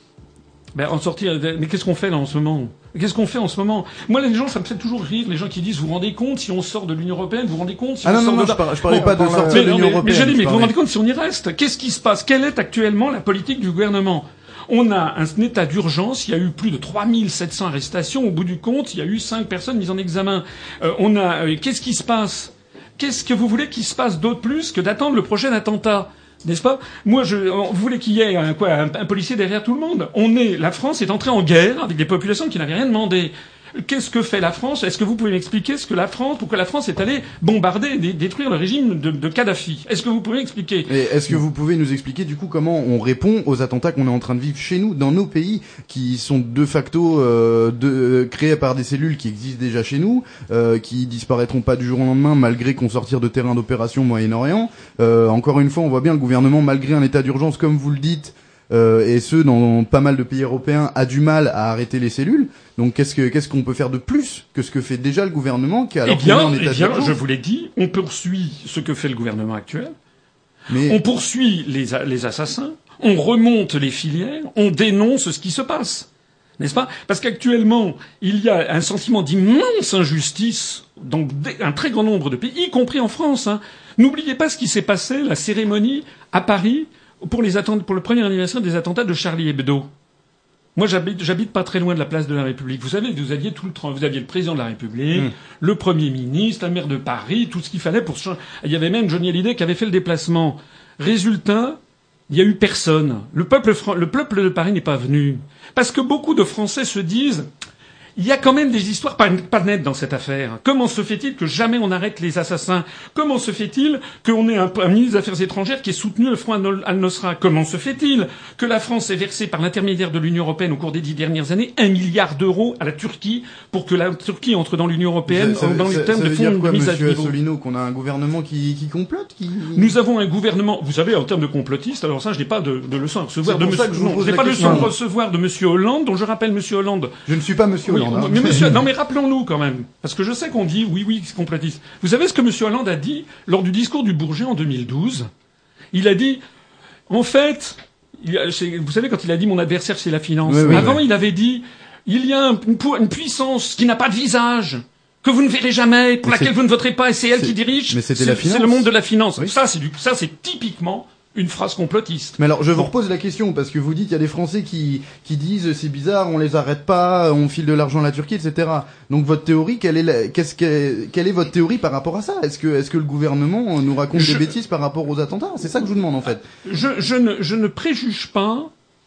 Ben, en sortir, mais qu'est-ce qu'on fait là en ce moment? Qu'est-ce qu'on fait en ce moment? Moi, les gens, ça me fait toujours rire, les gens qui disent, vous vous rendez compte si on sort de l'Union Européenne, vous vous rendez compte si ah on non, sort non, de... non, je, par, je parlais bon, pas de sortir de l'Union Européenne. Mais j'ai dit, mais vous vous rendez compte si on y reste? Qu'est-ce qui se passe? Quelle est actuellement la politique du gouvernement? On a un état d'urgence, il y a eu plus de trois mille sept cents arrestations, au bout du compte, il y a eu cinq personnes mises en examen. Euh, on a, euh, qu'est-ce qui se passe? Qu'est-ce que vous voulez qu'il se passe d'autre plus que d'attendre le prochain attentat? N'est-ce pas? Moi, je, vous voulez qu'il y ait un, quoi, un, un policier derrière tout le monde? On est, la France est entrée en guerre avec des populations qui n'avaient rien demandé. Qu'est-ce que fait la France? Est-ce que vous pouvez m'expliquer ce que la France, pourquoi la France est allée bombarder, dé- détruire le régime de, de Kadhafi? Est-ce que vous pouvez expliquer? Et est-ce que vous pouvez nous expliquer du coup comment on répond aux attentats qu'on est en train de vivre chez nous, dans nos pays, qui sont de facto euh, de, euh, créés par des cellules qui existent déjà chez nous, euh, qui disparaîtront pas du jour au lendemain malgré qu'on sortire de terrain d'opération au Moyen-Orient. Euh, encore une fois, on voit bien le gouvernement, malgré un état d'urgence comme vous le dites, Euh, et ce dans pas mal de pays européens, a du mal à arrêter les cellules. Donc qu'est-ce que qu'est-ce qu'on peut faire de plus que ce que fait déjà le gouvernement qui alors eh bien, qu'on est en état eh bien, d'urgence? je vous l'ai dit, on poursuit ce que fait le gouvernement actuel. Mais... On poursuit les, les assassins, on remonte les filières, on dénonce ce qui se passe. N'est-ce pas? Parce qu'actuellement, il y a un sentiment d'immense injustice dans un très grand nombre de pays, y compris en France. Hein. N'oubliez pas ce qui s'est passé, la cérémonie à Paris, pour les attentats, pour le premier anniversaire des attentats de Charlie Hebdo. Moi, j'habite, j'habite pas très loin de la place de la République. Vous savez, vous aviez tout le, vous aviez le président de la République, mmh. le Premier ministre, la maire de Paris, tout ce qu'il fallait pour changer. Il y avait même Johnny Hallyday qui avait fait le déplacement. Résultat, il y a eu personne. Le peuple, le peuple de Paris n'est pas venu. Parce que beaucoup de Français se disent, il y a quand même des histoires pas, pas nettes dans cette affaire. Comment se fait-il que jamais on arrête les assassins? Comment se fait-il qu'on ait un, un ministre des Affaires étrangères qui ait soutenu le Front al-Nosra? Comment se fait-il que la France ait versé par l'intermédiaire de l'Union européenne au cours des dix dernières années un milliard d'euros à la Turquie pour que la Turquie entre dans l'Union européenne ça, ça, dans les termes ça de fonds quoi, de mise à niveau? Monsieur Asselineau, qu'on a un gouvernement qui, qui complote, qui... Nous avons un gouvernement, vous savez, en termes de complotiste, alors ça, je n'ai pas de, de leçon à recevoir de monsieur, non, je n'ai pas de leçon à recevoir de monsieur Hollande, dont je rappelle monsieur Hollande. Je ne suis pas monsieur Hollande. Oui, hein. mais monsieur, non, mais rappelons-nous quand même, parce que je sais qu'on dit oui, oui, c'est complotiste. Vous savez ce que monsieur Hollande a dit lors du discours du Bourget en deux mille douze? Il a dit, en fait, il a, vous savez quand il a dit mon adversaire c'est la finance. Oui, oui, Avant, oui. il avait dit, il y a un, une, une puissance qui n'a pas de visage, que vous ne verrez jamais, pour mais laquelle vous ne voterez pas, et c'est elle qui dirige. Mais c'était la finance. C'est le monde de la finance. Oui. Ça, c'est du, ça, c'est typiquement une phrase complotiste. Mais alors, je vous repose la question, parce que vous dites, il y a des Français qui, qui disent, c'est bizarre, on les arrête pas, on file de l'argent à la Turquie, et cetera. Donc, votre théorie, quelle est la, qu'est-ce que, quelle est votre théorie par rapport à ça? Est-ce que, est-ce que le gouvernement nous raconte je... des bêtises par rapport aux attentats? C'est ça que je vous demande, en fait. Je, je ne, je ne préjuge pas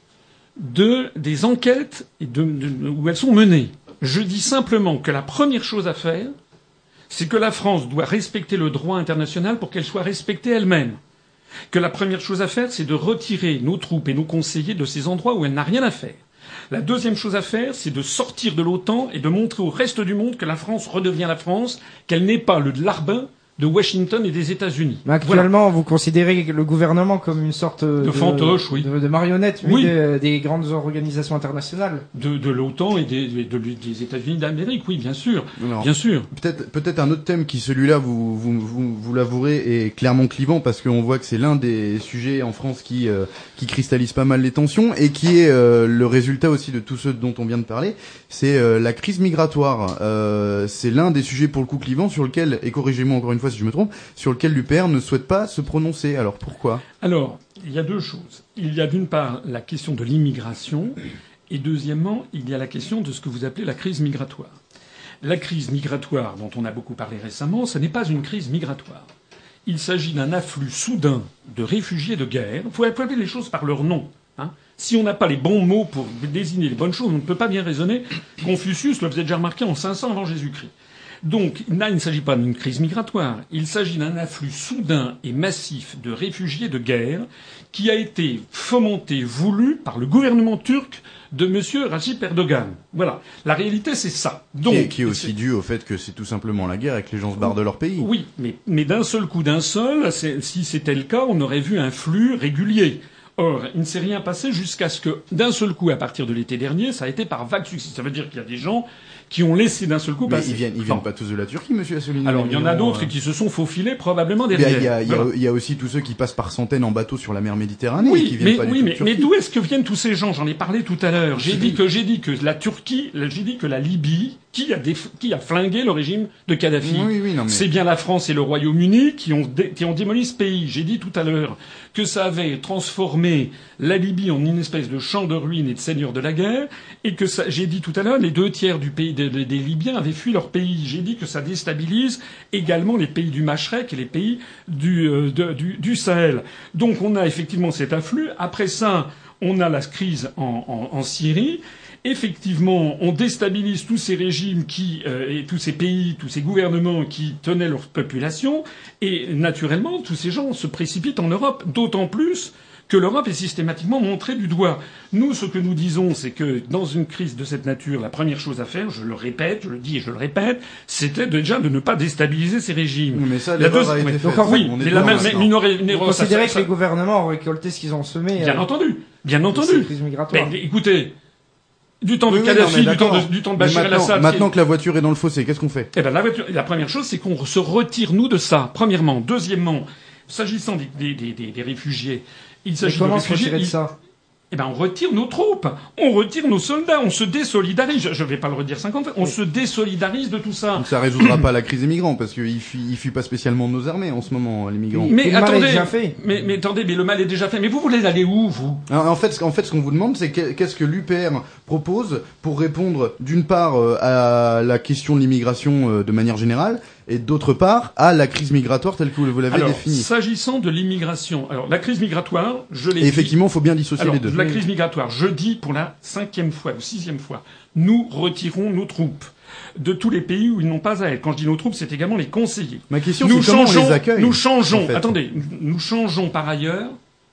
de, des enquêtes et de, de, où elles sont menées. Je dis simplement que la première chose à faire, c'est que la France doit respecter le droit international pour qu'elle soit respectée elle-même. Que la première chose à faire, c'est de retirer nos troupes et nos conseillers de ces endroits où elle n'a rien à faire. La deuxième chose à faire, c'est de sortir de l'OTAN et de montrer au reste du monde que la France redevient la France, qu'elle n'est pas le larbin de Washington et des États-Unis. Mais actuellement, voilà. Vous considérez le gouvernement comme une sorte de, de fantoche, oui, de, de marionnette, oui, de, des grandes organisations internationales, de, de l'OTAN et des, de, de, des États-Unis d'Amérique, oui, bien sûr, Alors, bien sûr. Peut-être, peut-être un autre thème qui, celui-là, vous, vous, vous, vous l'avouerez, est clairement clivant parce qu'on voit que c'est l'un des sujets en France qui, euh, qui cristallise pas mal les tensions et qui est euh, le résultat aussi de tous ceux dont on vient de parler. C'est euh, la crise migratoire. Euh, c'est l'un des sujets pour le coup clivant sur lequel, et corrigez-moi encore une fois si je me trompe, sur lequel l'U P R ne souhaite pas se prononcer. Alors pourquoi ? Alors, il y a deux choses. Il y a d'une part la question de l'immigration et deuxièmement, il y a la question de ce que vous appelez la crise migratoire. La crise migratoire dont on a beaucoup parlé récemment, ce n'est pas une crise migratoire. Il s'agit d'un afflux soudain de réfugiés de guerre. Il faut appeler les choses par leur nom. Hein. Si on n'a pas les bons mots pour désigner les bonnes choses, on ne peut pas bien raisonner. Confucius le faisait déjà remarquer en cinq cents avant Jésus-Christ. Donc là, il ne s'agit pas d'une crise migratoire, il s'agit d'un afflux soudain et massif de réfugiés de guerre qui a été fomenté, voulu par le gouvernement turc de M. Recep Erdogan. Voilà. La réalité, c'est ça. Donc, qui est, qui est aussi dû au fait que c'est tout simplement la guerre et que les gens se barrent de leur pays. Oui, mais, mais d'un seul coup, d'un seul, si c'était le cas, on aurait vu un flux régulier. Or, il ne s'est rien passé jusqu'à ce que, d'un seul coup, à partir de l'été dernier, ça a été par vague successive. Ça veut dire qu'il y a des gens qui ont laissé d'un seul coup mais passer. ils viennent, ils viennent non. pas tous de la Turquie, monsieur Asselineau. Alors, il y en a d'autres euh... qui se sont faufilés probablement derrière. Il y a, il y a, voilà. il y a aussi tous ceux qui passent par centaines en bateau sur la mer Méditerranée oui, et qui viennent mais, pas oui, du mais, tout de mais Turquie. d'où est-ce que viennent tous ces gens? J'en ai parlé tout à l'heure. J'ai dit que, j'ai dit que la Turquie, j'ai dit que la Libye, qui a, déf... qui a flingué le régime de Kadhafi? Oui, oui, non, mais... C'est bien la France et le Royaume-Uni qui ont, dé... qui ont démoli ce pays. J'ai dit tout à l'heure que ça avait transformé la Libye en une espèce de champ de ruines et de seigneur de la guerre, et que ça, j'ai dit tout à l'heure, les deux tiers du pays des, des, des Libyens avaient fui leur pays. J'ai dit que ça déstabilise également les pays du Machrek et les pays du, euh, de, du, du Sahel. Donc on a effectivement cet afflux. Après ça, on a la crise en, en, en Syrie. Effectivement, on déstabilise tous ces régimes qui, euh, et tous ces pays, tous ces gouvernements qui tenaient leur population. Et naturellement, tous ces gens se précipitent en Europe, d'autant plus que l'Europe est systématiquement montrée du doigt. Nous, ce que nous disons, c'est que dans une crise de cette nature, la première chose à faire, je le répète, je le dis et je le répète, c'était déjà de ne pas déstabiliser ces régimes. Mais ça, l'erreur a été faite. Donc, oui, mais la même, mais une erreur, Vous considérez que les gouvernements ont récolté ce qu'ils ont semé. Bien euh, entendu, bien entendu. Crise migratoire. Mais, écoutez, du temps Oui, de oui, Kadhafi, non, du temps de, du temps de Mais Bachar maintenant, el-Assad. maintenant que la voiture est dans le fossé, qu'est-ce qu'on fait? Eh ben, la voiture, la première chose, c'est qu'on se retire, nous, de ça. Premièrement. Deuxièmement, s'agissant des, des, des, des, des réfugiés, il s'agit de comment se réfugiés. retirer de il... ça? Eh ben, on retire nos troupes, on retire nos soldats, on se désolidarise. Je ne vais pas le redire cinquante fois. On oui. se désolidarise de tout ça. Donc ça résoudra pas la crise des migrants parce qu'ils fuient, ils fuient pas spécialement nos armées en ce moment, les migrants. Mais le attendez, mal est déjà fait. Mais, mais attendez, mais le mal est déjà fait. Mais vous voulez aller où, vous? Alors, en fait, en fait, ce qu'on vous demande, c'est qu'est-ce que l'U P R propose pour répondre, d'une part, à la question de l'immigration de manière générale, et d'autre part, à la crise migratoire telle que vous l'avez définie. S'agissant de l'immigration, alors la crise migratoire, je l'ai dit. Et effectivement, il faut bien dissocier alors, les deux. La crise migratoire, je dis pour la cinquième fois ou sixième fois, nous retirons nos troupes de tous les pays où ils n'ont pas à être. Quand je dis nos troupes, c'est également les conseillers. Ma question, nous c'est comment changeons, on les accueille. Nous changeons, en fait. attendez, nous changeons par ailleurs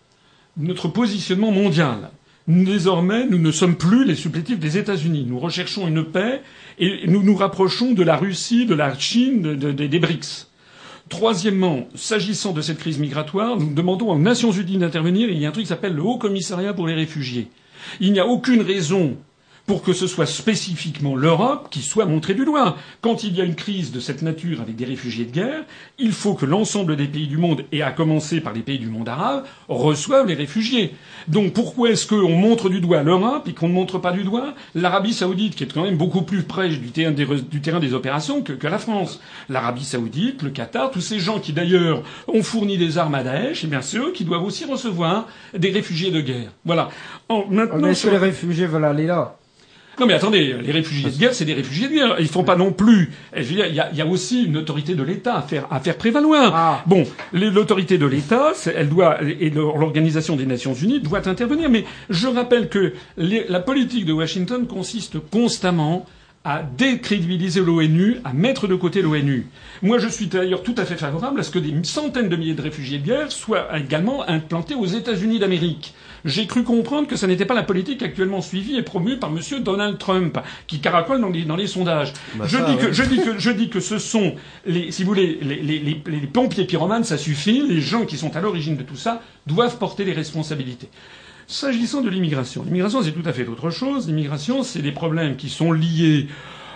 notre positionnement mondial. Désormais, nous ne sommes plus les supplétifs des États-Unis. Nous recherchons une paix et nous nous rapprochons de la Russie, de la Chine, de, de, de, des BRICS. Troisièmement, s'agissant de cette crise migratoire, nous demandons aux Nations Unies d'intervenir. Il y a un truc qui s'appelle le Haut Commissariat pour les réfugiés. Il n'y a aucune raison pour que ce soit spécifiquement l'Europe qui soit montrée du doigt. Quand il y a une crise de cette nature avec des réfugiés de guerre, il faut que l'ensemble des pays du monde, et à commencer par les pays du monde arabe, reçoivent les réfugiés. Donc pourquoi est-ce qu'on montre du doigt l'Europe et qu'on ne montre pas du doigt l'Arabie saoudite, qui est quand même beaucoup plus près du terrain des, du terrain des opérations que, que la France? L'Arabie saoudite, le Qatar, tous ces gens qui d'ailleurs ont fourni des armes à Daesh, et bien c'est eux qui doivent aussi recevoir des réfugiés de guerre. Voilà. En, maintenant, Mais est-ce que les réfugiés veulent aller là? Non mais attendez, les réfugiés de guerre, c'est des réfugiés de guerre. Ils font pas non plus. Je veux dire, il y a, il y a aussi une autorité de l'État à faire, à faire prévaloir. Ah. Bon, l'autorité de l'État, elle doit, et l'Organisation des Nations Unies doit intervenir. Mais je rappelle que les, la politique de Washington consiste constamment à décrédibiliser l'ONU, à mettre de côté l'ONU. Moi, je suis d'ailleurs tout à fait favorable à ce que des centaines de milliers de réfugiés de guerre soient également implantés aux États-Unis d'Amérique. J'ai cru comprendre que ça n'était pas la politique actuellement suivie et promue par monsieur Donald Trump, qui caracole dans les, dans les sondages. Bah je, ça, dis ouais. que, je dis que, je dis que ce sont les, si vous voulez, les, les, les, les pompiers pyromanes, ça suffit. Les gens qui sont à l'origine de tout ça doivent porter les responsabilités. S'agissant de l'immigration, l'immigration c'est tout à fait autre chose. L'immigration, c'est des problèmes qui sont liés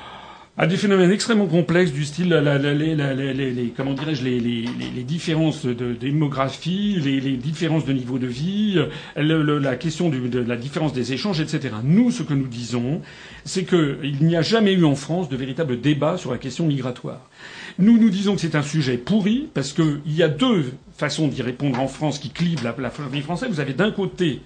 à des phénomènes extrêmement complexes du style la, la, la, les, la, les, les, comment dirais-je les, les, les différences de démographie, les, les différences de niveau de vie, le, le, la question du, de la différence des échanges, et cetera. Nous, ce que nous disons, c'est qu'il n'y a jamais eu en France de véritable débat sur la question migratoire. Nous, nous disons que c'est un sujet pourri parce qu'il y a deux façons d'y répondre en France qui clivent la, la famille française. Vous avez d'un côté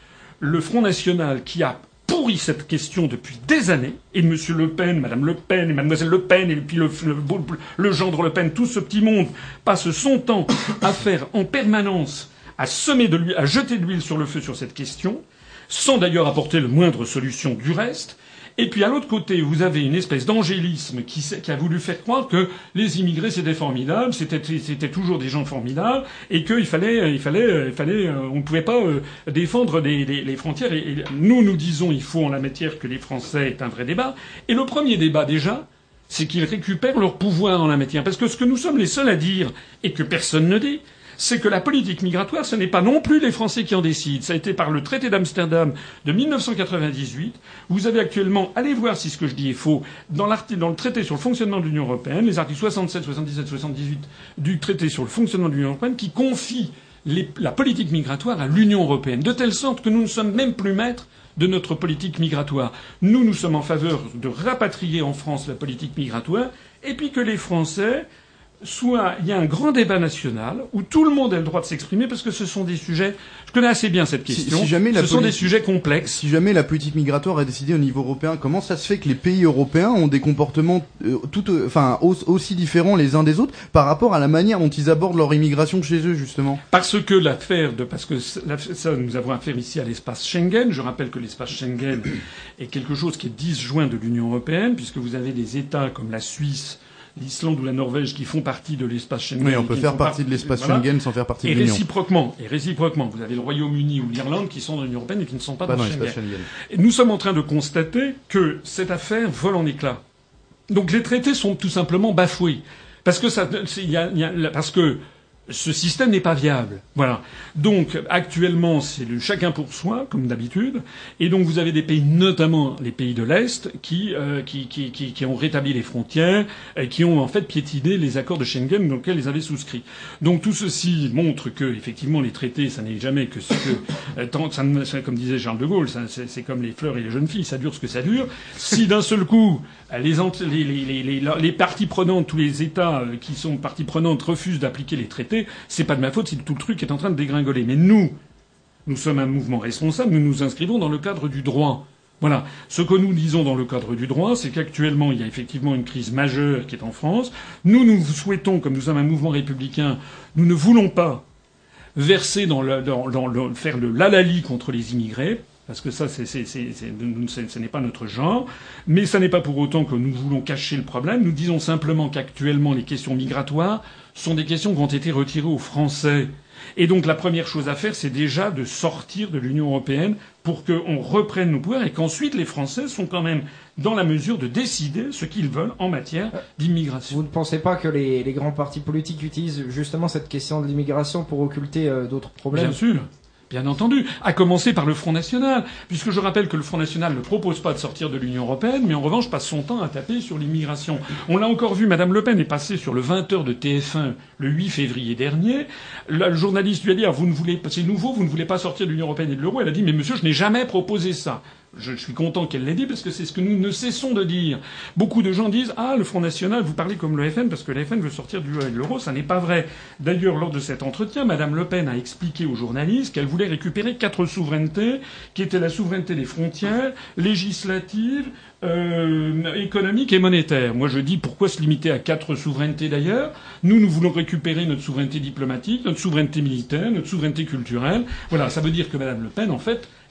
le Front National qui a pourri cette question depuis des années, et M. Le Pen, Mme Le Pen, et Mlle Le Pen, et puis le, le, le gendre Le Pen, tout ce petit monde passe son temps à faire en permanence, à semer de l'huile, à jeter de l'huile sur le feu sur cette question, sans d'ailleurs apporter le moindre solution du reste. Et puis à l'autre côté, vous avez une espèce d'angélisme qui, qui a voulu faire croire que les immigrés c'était formidable, c'était, c'était toujours des gens formidables, et qu'il fallait, il fallait, il fallait, on ne pouvait pas euh, défendre les, les, les frontières. Et, et nous, nous disons, il faut en la matière que les Français aient un vrai débat. Et le premier débat déjà, c'est qu'ils récupèrent leur pouvoir en la matière, parce que ce que nous sommes les seuls à dire et que personne ne dit, c'est que la politique migratoire, ce n'est pas non plus les Français qui en décident. Ça a été par le traité d'Amsterdam de mille neuf cent quatre-vingt-dix-huit. Vous avez actuellement, allez voir si ce que je dis est faux, dans, dans le traité sur le fonctionnement de l'Union européenne, les articles soixante-sept, soixante-dix-sept, soixante-dix-huit du traité sur le fonctionnement de l'Union européenne, qui confient les, la politique migratoire à l'Union européenne, de telle sorte que nous ne sommes même plus maîtres de notre politique migratoire. Nous, nous sommes en faveur de rapatrier en France la politique migratoire, et puis que les Français soit il y a un grand débat national où tout le monde a le droit de s'exprimer parce que ce sont des sujets. Je connais assez bien cette question. Si, si jamais la ce sont des sujets complexes. Si jamais la politique migratoire est décidée au niveau européen, comment ça se fait que les pays européens ont des comportements euh, tout, euh, enfin aussi différents les uns des autres par rapport à la manière dont ils abordent leur immigration chez eux justement? Parce que l'affaire de, parce que ça, nous avons affaire ici à l'espace Schengen. Je rappelle que l'espace Schengen est quelque chose qui est disjoint de l'Union européenne puisque vous avez des États comme la Suisse, l'Islande ou la Norvège qui font partie de l'espace Schengen. Oui, on peut faire partie de l'espace voilà. Schengen sans faire partie de l'Union. Et réciproquement, et réciproquement, vous avez le Royaume-Uni ou l'Irlande qui sont dans l'Union européenne et qui ne sont pas, pas dans, dans Schengen. Schengen. Et nous sommes en train de constater que cette affaire vole en éclats. Donc les traités sont tout simplement bafoués parce que ça, y a, y a, parce que ce système n'est pas viable. Voilà. Donc, actuellement, c'est le chacun pour soi, comme d'habitude. Et donc, vous avez des pays, notamment les pays de l'Est, qui, euh, qui, qui, qui, qui ont rétabli les frontières, et qui ont, en fait, piétiné les accords de Schengen dans lesquels ils avaient souscrit. Donc, tout ceci montre que, effectivement, les traités, ça n'est jamais que ce que, euh, tant, ça, comme disait Charles de Gaulle, ça, c'est, c'est comme les fleurs et les jeunes filles, ça dure ce que ça dure. Si d'un seul coup, les, les, les, les, les parties prenantes, tous les États qui sont parties prenantes refusent d'appliquer les traités, c'est pas de ma faute si tout le truc est en train de dégringoler. Mais nous, nous sommes un mouvement responsable, nous nous inscrivons dans le cadre du droit. Voilà. Ce que nous disons dans le cadre du droit, c'est qu'actuellement, il y a effectivement une crise majeure qui est en France. Nous, nous souhaitons, comme nous sommes un mouvement républicain, nous ne voulons pas verser dans le, dans, dans le, faire le lalali contre les immigrés. Parce que ça, c'est, c'est, c'est, c'est, c'est, ce n'est pas notre genre. Mais ça n'est pas pour autant que nous voulons cacher le problème. Nous disons simplement qu'actuellement, les questions migratoires sont des questions qui ont été retirées aux Français. Et donc, la première chose à faire, c'est déjà de sortir de l'Union européenne pour qu'on reprenne nos pouvoirs et qu'ensuite, les Français sont quand même dans la mesure de décider ce qu'ils veulent en matière d'immigration. Vous ne pensez pas que les, les grands partis politiques utilisent justement cette question de l'immigration pour occulter euh, d'autres problèmes ? Bien sûr. Bien entendu, à commencer par le Front National, puisque je rappelle que le Front National ne propose pas de sortir de l'Union européenne, mais en revanche passe son temps à taper sur l'immigration. On l'a encore vu, Madame Le Pen est passée sur le vingt heures de T F un le huit février dernier. Le journaliste lui a dit ah, « vous ne voulez pas, c'est nouveau, vous ne voulez pas sortir de l'Union européenne et de l'euro ». Elle a dit « mais monsieur, je n'ai jamais proposé ça ». Je suis content qu'elle l'ait dit parce que c'est ce que nous ne cessons de dire. Beaucoup de gens disent « Ah, le Front National, vous parlez comme le F N parce que le F N veut sortir de l'euro ». Ça n'est pas vrai. D'ailleurs, lors de cet entretien, Madame Le Pen a expliqué aux journalistes qu'elle voulait récupérer quatre souverainetés, qui étaient la souveraineté des frontières, législative, euh, économique et monétaire. Moi, je dis pourquoi se limiter à quatre souverainetés d'ailleurs ? Nous, nous voulons récupérer notre souveraineté diplomatique, notre souveraineté militaire, notre souveraineté culturelle. Voilà, ça veut dire que Madame Le Pen, en fait,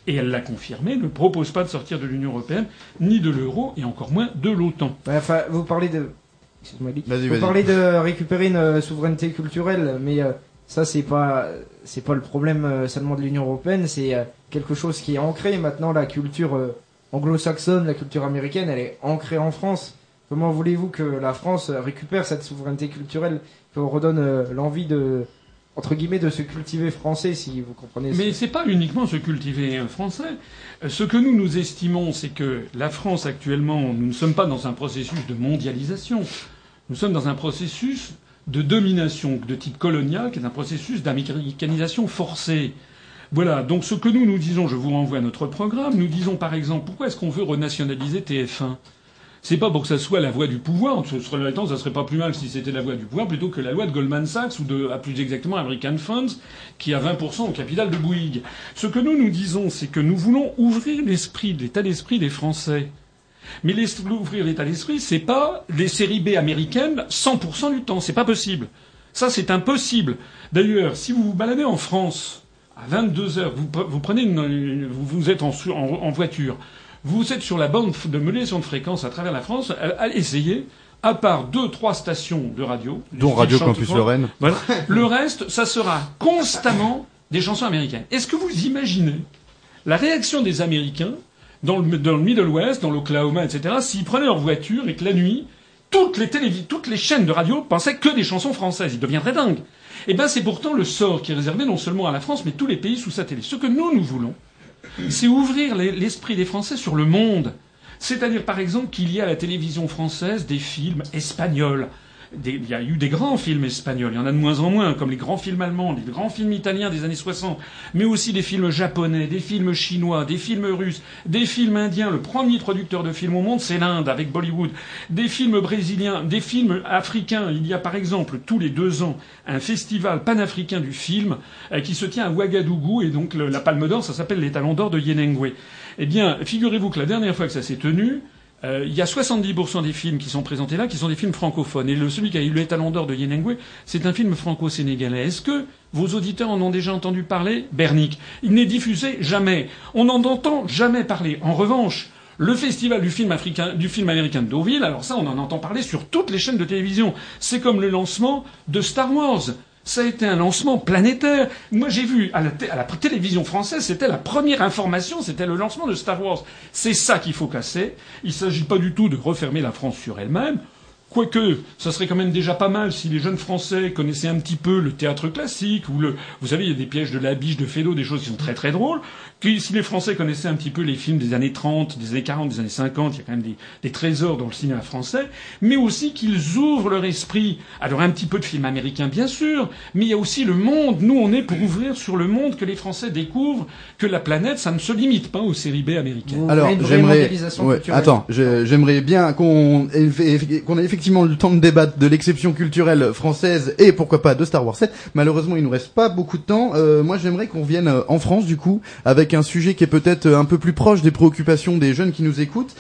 et elle l'a confirmé, ne propose pas de sortir de l'Union européenne, ni de l'euro, et encore moins de l'OTAN. Enfin, vous parlez de... Excuse-moi, Lee. Vas-y, Vous vas-y. parlez de récupérer une euh, souveraineté culturelle, mais euh, ça, c'est pas, c'est pas le problème euh, seulement de l'Union européenne, c'est euh, quelque chose qui est ancré. Maintenant, la culture euh, anglo-saxonne, la culture américaine, elle est ancrée en France. Comment voulez-vous que la France récupère cette souveraineté culturelle, qu'on redonne euh, l'envie de... entre guillemets, de se cultiver français, si vous comprenez. Mais c'est pas uniquement se cultiver français. Ce que nous nous estimons, c'est que la France actuellement, nous ne sommes pas dans un processus de mondialisation. Nous sommes dans un processus de domination de type colonial, qui est un processus d'américanisation forcée. Voilà. Donc ce que nous nous disons, je vous renvoie à notre programme, nous disons par exemple, pourquoi est-ce qu'on veut renationaliser T F un ? C'est pas pour que ça soit la voie du pouvoir. Ce serait, ça serait pas plus mal si c'était la voie du pouvoir plutôt que la loi de Goldman Sachs ou de, à plus exactement American Funds, qui a vingt pour cent au capital de Bouygues. Ce que nous nous disons, c'est que nous voulons ouvrir l'esprit, l'état d'esprit des Français. Mais les, ouvrir l'état d'esprit, c'est pas les séries B américaines cent pour cent du temps. C'est pas possible. Ça, c'est impossible. D'ailleurs, si vous vous baladez en France, à vingt-deux heures, vous, vous prenez une, vous, vous êtes en, en, en voiture. Vous êtes sur la bande de modulation de fréquence à travers la France, essayez, à part deux, trois stations de radio, dont Radio Campus Lorraine. Voilà. Le reste, ça sera constamment des chansons américaines. Est-ce que vous imaginez la réaction des Américains dans le, dans le Middle West, dans l'Oklahoma, et cetera, s'ils prenaient leur voiture et que la nuit, toutes les télévis, toutes les chaînes de radio pensaient que des chansons françaises? Ils deviendraient dingues. Eh ben, c'est pourtant le sort qui est réservé non seulement à la France, mais tous les pays sous satellite. Ce que nous, nous voulons, c'est ouvrir l'esprit des Français sur le monde. C'est-à-dire, par exemple, qu'il y a à la télévision française des films espagnols. Des, il y a eu des grands films espagnols, il y en a de moins en moins, comme les grands films allemands, les grands films italiens des années soixante, mais aussi des films japonais, des films chinois, des films russes, des films indiens. Le premier producteur de films au monde, c'est l'Inde, avec Bollywood. Des films brésiliens, des films africains. Il y a par exemple, tous les deux ans, un festival panafricain du film euh, qui se tient à Ouagadougou, et donc le, la Palme d'Or, ça s'appelle les Talons d'Or de Yenengwe. Eh bien, figurez-vous que la dernière fois que ça s'est tenu, Euh, il y a soixante-dix pour cent des films qui sont présentés là qui sont des films francophones. Et le, celui qui a eu le Talon d'Or de Yenengwe, c'est un film franco-sénégalais. Est-ce que vos auditeurs en ont déjà entendu parler? Bernic. Il n'est diffusé jamais. On n'en entend jamais parler. En revanche, le festival du film africain, du film américain de Deauville, alors ça, on en entend parler sur toutes les chaînes de télévision. C'est comme le lancement de Star Wars. Ça a été un lancement planétaire. Moi, j'ai vu à la, à la télévision française, c'était la première information, c'était le lancement de Star Wars. C'est ça qu'il faut casser. Il ne s'agit pas du tout de refermer la France sur elle-même. Quoique, ça serait quand même déjà pas mal si les jeunes Français connaissaient un petit peu le théâtre classique, ou le, vous savez, il y a des pièges de la biche, de Feydeau, des choses qui sont très très drôles. Que si les Français connaissaient un petit peu les films des années trente, des années quarante, des années cinquante, il y a quand même des, des trésors dans le cinéma français, mais aussi qu'ils ouvrent leur esprit. Alors un petit peu de films américains, bien sûr, mais il y a aussi le monde. Nous, on est pour ouvrir sur le monde, que les Français découvrent que la planète, ça ne se limite pas aux séries B américaines. Vous Alors, voulez une vraie j'aimerais, mondialisation ouais, culturelle. attends, je- j'aimerais bien qu'on ait, qu'on ait effectivement le temps de débattre de l'exception culturelle française et pourquoi pas de Star Wars sept. Malheureusement, il nous reste pas beaucoup de temps. Euh, moi, j'aimerais qu'on vienne euh, en France, du coup, avec un sujet qui est peut-être un peu plus proche des préoccupations des jeunes qui nous écoutent.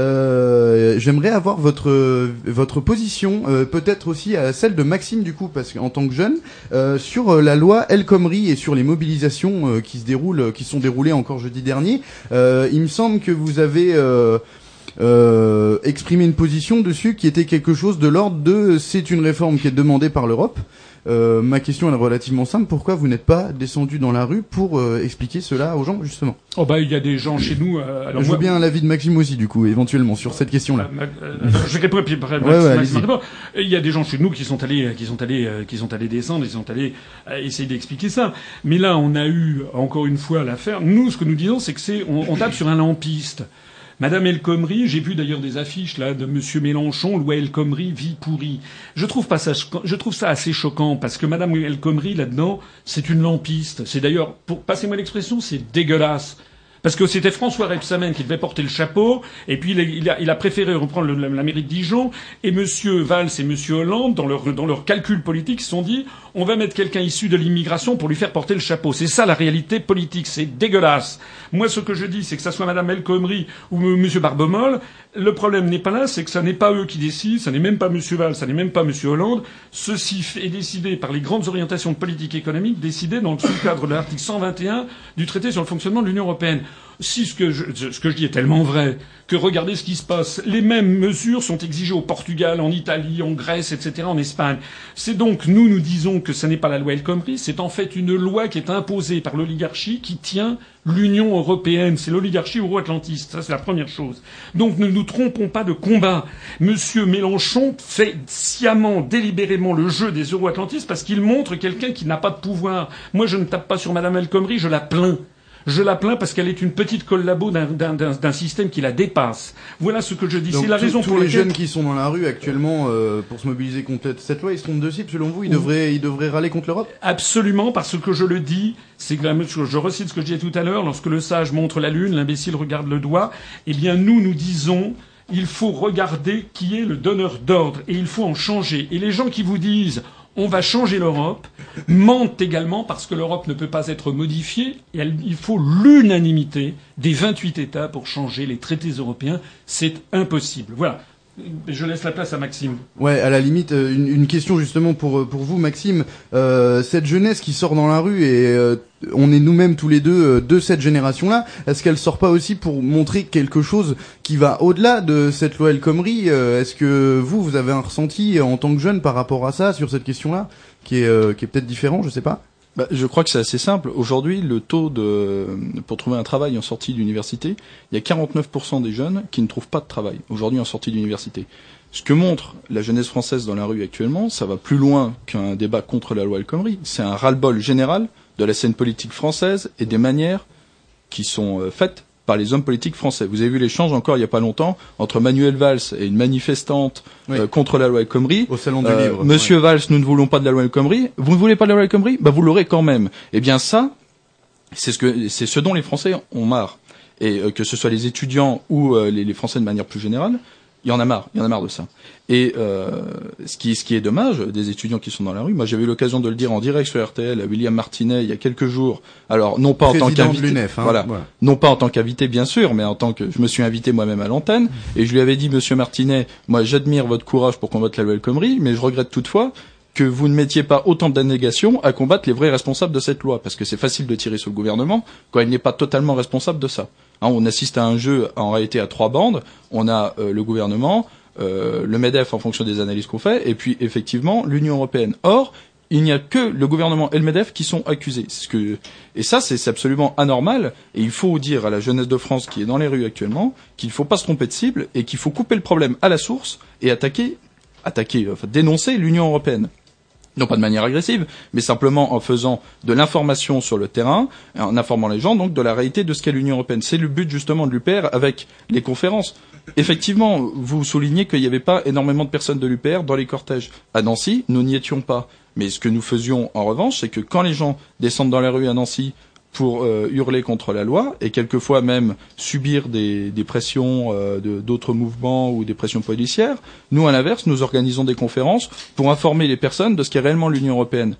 Euh, j'aimerais avoir votre votre position, euh, peut-être aussi à celle de Maxime, du coup, parce qu'en tant que jeune, euh, sur euh, la loi El Khomri et sur les mobilisations euh, qui se déroulent, qui sont déroulées encore jeudi dernier. Euh, il me semble que vous avez euh, euh, exprimé une position dessus qui était quelque chose de l'ordre de c'est une réforme qui est demandée par l'Europe. Euh, ma question est relativement simple. Pourquoi vous n'êtes pas descendu dans la rue pour euh, expliquer cela aux gens, justement? Oh bah il y a des gens chez nous. Euh, alors Je moi, veux bien l'avis de Maxime aussi, du coup, éventuellement sur cette question-là. Euh, euh, je vais répondre, puis après, Ouais, Max- ouais, Max allez-y. répond. Il y a des gens chez nous qui sont allés, qui sont allés, euh, qui sont allés descendre, ils sont allés euh, essayer d'expliquer ça. Mais là, on a eu encore une fois l'affaire. Nous, ce que nous disons, c'est que c'est, on, on tape sur un lampiste. Madame El Khomri, j'ai vu d'ailleurs des affiches là de Monsieur Mélenchon, loi El Khomri, vie pourrie. Je trouve pas ça, je trouve ça assez choquant parce que Madame El Khomri là-dedans, c'est une lampiste. C'est d'ailleurs, pour passez-moi l'expression, c'est dégueulasse. Parce que c'était François Rebsamen qui devait porter le chapeau, et puis il a, il a, il a préféré reprendre le, la, la mairie de Dijon, et Monsieur Valls et Monsieur Hollande, dans leur, dans leur calcul politique, se sont dit, on va mettre quelqu'un issu de l'immigration pour lui faire porter le chapeau. C'est ça la réalité politique, c'est dégueulasse. Moi, ce que je dis, c'est que ça soit Madame El Khomri ou Monsieur Barbomol, le problème n'est pas là, c'est que ça n'est pas eux qui décident, ça n'est même pas Monsieur Valls, ça n'est même pas Monsieur Hollande. Ceci est décidé par les grandes orientations de politique économique décidées dans le sous-cadre de l'article cent vingt et un du traité sur le fonctionnement de l'Union européenne. Si ce que je, ce que je dis est tellement vrai que regardez ce qui se passe, les mêmes mesures sont exigées au Portugal, en Italie, en Grèce, et cetera, en Espagne. C'est donc, nous, nous disons que ce n'est pas la loi El Khomri, c'est en fait une loi qui est imposée par l'oligarchie qui tient l'Union européenne. C'est l'oligarchie euro-atlantiste. Ça, c'est la première chose. Donc, ne nous trompons pas de combat. Monsieur Mélenchon fait sciemment, délibérément le jeu des euro-atlantistes parce qu'il montre quelqu'un qui n'a pas de pouvoir. Moi, je ne tape pas sur Madame El Khomri, je la plains. Je la plains parce qu'elle est une petite collabo d'un, d'un, d'un, d'un système qui la dépasse. Voilà ce que je dis. Donc, c'est la tout, raison tous pour les laquelle... jeunes qui sont dans la rue actuellement euh, pour se mobiliser contre cette loi, ils se trompent de cible. Selon vous, ils devraient, ils devraient râler contre l'Europe? Absolument, parce que je le dis, c'est que la, je recite ce que je disais tout à l'heure, lorsque le sage montre la lune, l'imbécile regarde le doigt. Eh bien, nous, nous disons, il faut regarder qui est le donneur d'ordre et il faut en changer. Et les gens qui vous disent on va changer l'Europe mentent également parce que l'Europe ne peut pas être modifiée et elle, il faut l'unanimité des vingt-huit États pour changer les traités européens. C'est impossible. Voilà. Je laisse la place à Maxime. Ouais, à la limite, une, une question justement pour pour vous, Maxime. Euh, cette jeunesse qui sort dans la rue et euh, on est nous-mêmes tous les deux euh, de cette génération-là. Est-ce qu'elle sort pas aussi pour montrer quelque chose qui va au-delà de cette loi El Khomri? euh, Est-ce que vous, vous avez un ressenti en tant que jeune par rapport à ça sur cette question-là, qui est euh, qui est peut-être différent, je sais pas. Bah, je crois que c'est assez simple. Aujourd'hui, le taux de pour trouver un travail en sortie d'université, il y a quarante-neuf pour cent des jeunes qui ne trouvent pas de travail aujourd'hui en sortie d'université. Ce que montre la jeunesse française dans la rue actuellement, ça va plus loin qu'un débat contre la loi El Khomri. C'est un ras-le-bol général de la scène politique française et des manières qui sont faites par les hommes politiques français. Vous avez vu l'échange encore il n'y a pas longtemps entre Manuel Valls et une manifestante oui. euh, contre la loi El Khomri. Au salon du euh, livre. Monsieur ouais. Valls, nous ne voulons pas de la loi El Khomri. Vous ne voulez pas de la loi El Khomri? Bah vous l'aurez quand même. Eh bien ça, c'est ce que c'est ce dont les Français ont marre. Et euh, que ce soit les étudiants ou euh, les, les Français de manière plus générale, il y en a marre. Il y en a marre de ça. Et euh, ce qui ce qui est dommage des étudiants qui sont dans la rue, moi j'avais eu l'occasion de le dire en direct sur R T L à William Martinet il y a quelques jours. Alors non pas Président en tant qu'invité, de l'U N E F, hein, voilà, voilà, non pas en tant qu'invité bien sûr, mais en tant que je me suis invité moi-même à l'antenne et je lui avais dit Monsieur Martinet, moi j'admire votre courage pour combattre la loi El Khomri, mais je regrette toutefois que vous ne mettiez pas autant d'abnégation à combattre les vrais responsables de cette loi, parce que c'est facile de tirer sur le gouvernement quand il n'est pas totalement responsable de ça. Hein, on assiste à un jeu en réalité à trois bandes. On a euh, le gouvernement, euh, le MEDEF en fonction des analyses qu'on fait, et puis effectivement l'Union européenne. Or, il n'y a que le gouvernement et le MEDEF qui sont accusés. C'est ce que... Et ça, c'est, c'est absolument anormal. Et il faut dire à la jeunesse de France qui est dans les rues actuellement qu'il ne faut pas se tromper de cible et qu'il faut couper le problème à la source et attaquer, attaquer, enfin dénoncer l'Union européenne. Non pas de manière agressive, mais simplement en faisant de l'information sur le terrain, en informant les gens donc de la réalité de ce qu'est l'Union européenne. C'est le but justement de l'U P R avec les conférences. Effectivement, vous soulignez qu'il n'y avait pas énormément de personnes de l'U P R dans les cortèges. À Nancy, nous n'y étions pas. Mais ce que nous faisions en revanche, c'est que quand les gens descendent dans la rue à Nancy pour euh, hurler contre la loi et quelquefois même subir des, des pressions euh, de, d'autres mouvements ou des pressions policières, nous, à l'inverse, nous organisons des conférences pour informer les personnes de ce qu'est réellement l'Union européenne.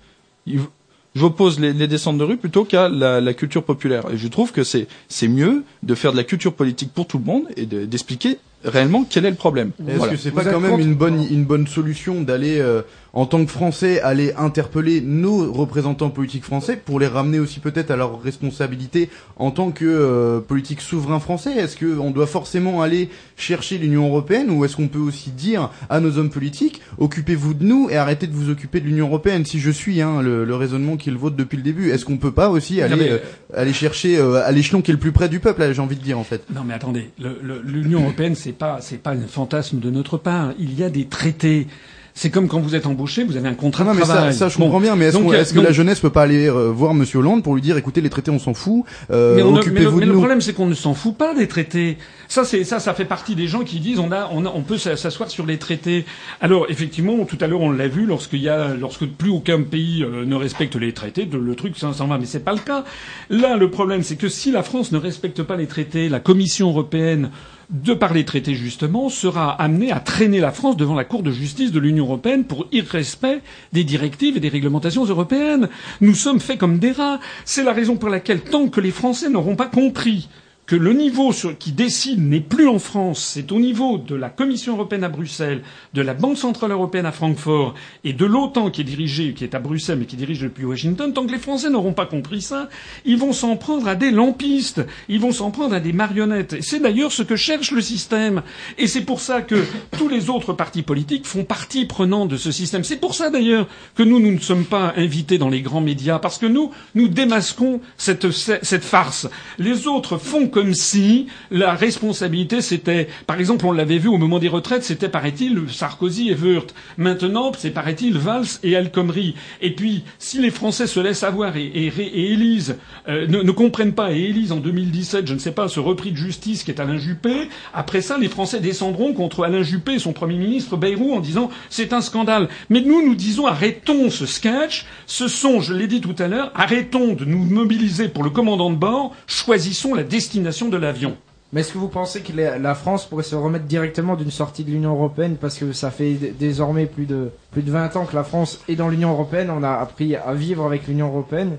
J'oppose les, les descentes de rue plutôt qu'à la, la culture populaire. Et je trouve que c'est, c'est mieux de faire de la culture politique pour tout le monde et de, d'expliquer réellement quel est le problème. Est-ce voilà. que c'est pas quand même une bonne, une bonne solution d'aller, euh, en tant que Français, aller interpeller nos représentants politiques français pour les ramener aussi peut-être à leur responsabilité en tant que euh, politique souverain français? Est-ce qu'on doit forcément aller chercher l'Union européenne ou est-ce qu'on peut aussi dire à nos hommes politiques occupez-vous de nous et arrêtez de vous occuper de l'Union européenne? Si je suis hein, le, le raisonnement qui est le vôtre depuis le début, est-ce qu'on peut pas aussi aller, mais... euh, aller chercher euh, à l'échelon qui est le plus près du peuple, là, j'ai envie de dire en fait? Non mais attendez, le, le, l'Union européenne c'est pas c'est pas un fantasme de notre part. Il y a des traités. C'est comme quand vous êtes embauché, vous avez un contrat non, de mais travail. Ça, ça je comprends bon. bien, mais est-ce, donc, est-ce que donc, la jeunesse peut pas aller euh, voir Monsieur Hollande pour lui dire, écoutez, les traités, on s'en fout, euh, mais on occupez-vous mais le, de mais nous. Le problème, c'est qu'on ne s'en fout pas des traités. Ça, c'est ça, ça fait partie des gens qui disent on a, on a, on peut s'asseoir sur les traités. Alors, effectivement, tout à l'heure, on l'a vu, lorsqu'il y a, lorsque plus aucun pays euh, ne respecte les traités, le truc ça s'en va. Mais c'est pas le cas. Là, le problème, c'est que si la France ne respecte pas les traités, la Commission européenne, de par les traités justement, sera amenée à traîner la France devant la Cour de justice de l'Union européenne pour irrespect des directives et des réglementations européennes. Nous sommes faits comme des rats. C'est la raison pour laquelle, tant que les Français n'auront pas compris que le niveau sur, qui décide n'est plus en France, c'est au niveau de la Commission européenne à Bruxelles, de la Banque centrale européenne à Francfort et de l'OTAN qui est dirigée, qui est à Bruxelles mais qui dirige depuis Washington, tant que les Français n'auront pas compris ça, ils vont s'en prendre à des lampistes, ils vont s'en prendre à des marionnettes. Et c'est d'ailleurs ce que cherche le système. Et c'est pour ça que tous les autres partis politiques font partie prenante de ce système. C'est pour ça d'ailleurs que nous, nous ne sommes pas invités dans les grands médias, parce que nous, nous démasquons cette, cette farce. Les autres font comme si la responsabilité c'était, par exemple, on l'avait vu au moment des retraites, c'était, paraît-il, Sarkozy et Wörth. Maintenant, c'est, paraît-il, Valls et El Khomri. Et puis, si les Français se laissent avoir et, et, et élisent, euh, ne, ne comprennent pas et élisent en deux mille dix-sept, je ne sais pas, ce repris de justice qui est Alain Juppé, après ça, les Français descendront contre Alain Juppé et son Premier ministre Bayrou en disant c'est un scandale. Mais nous, nous disons arrêtons ce sketch, ce sont, je l'ai dit tout à l'heure, arrêtons de nous mobiliser pour le commandant de bord, choisissons la destination de l'avion. Mais est-ce que vous pensez que la France pourrait se remettre directement d'une sortie de l'Union européenne, parce que ça fait désormais plus de plus de vingt ans que la France est dans l'Union européenne, on a appris à vivre avec l'Union européenne.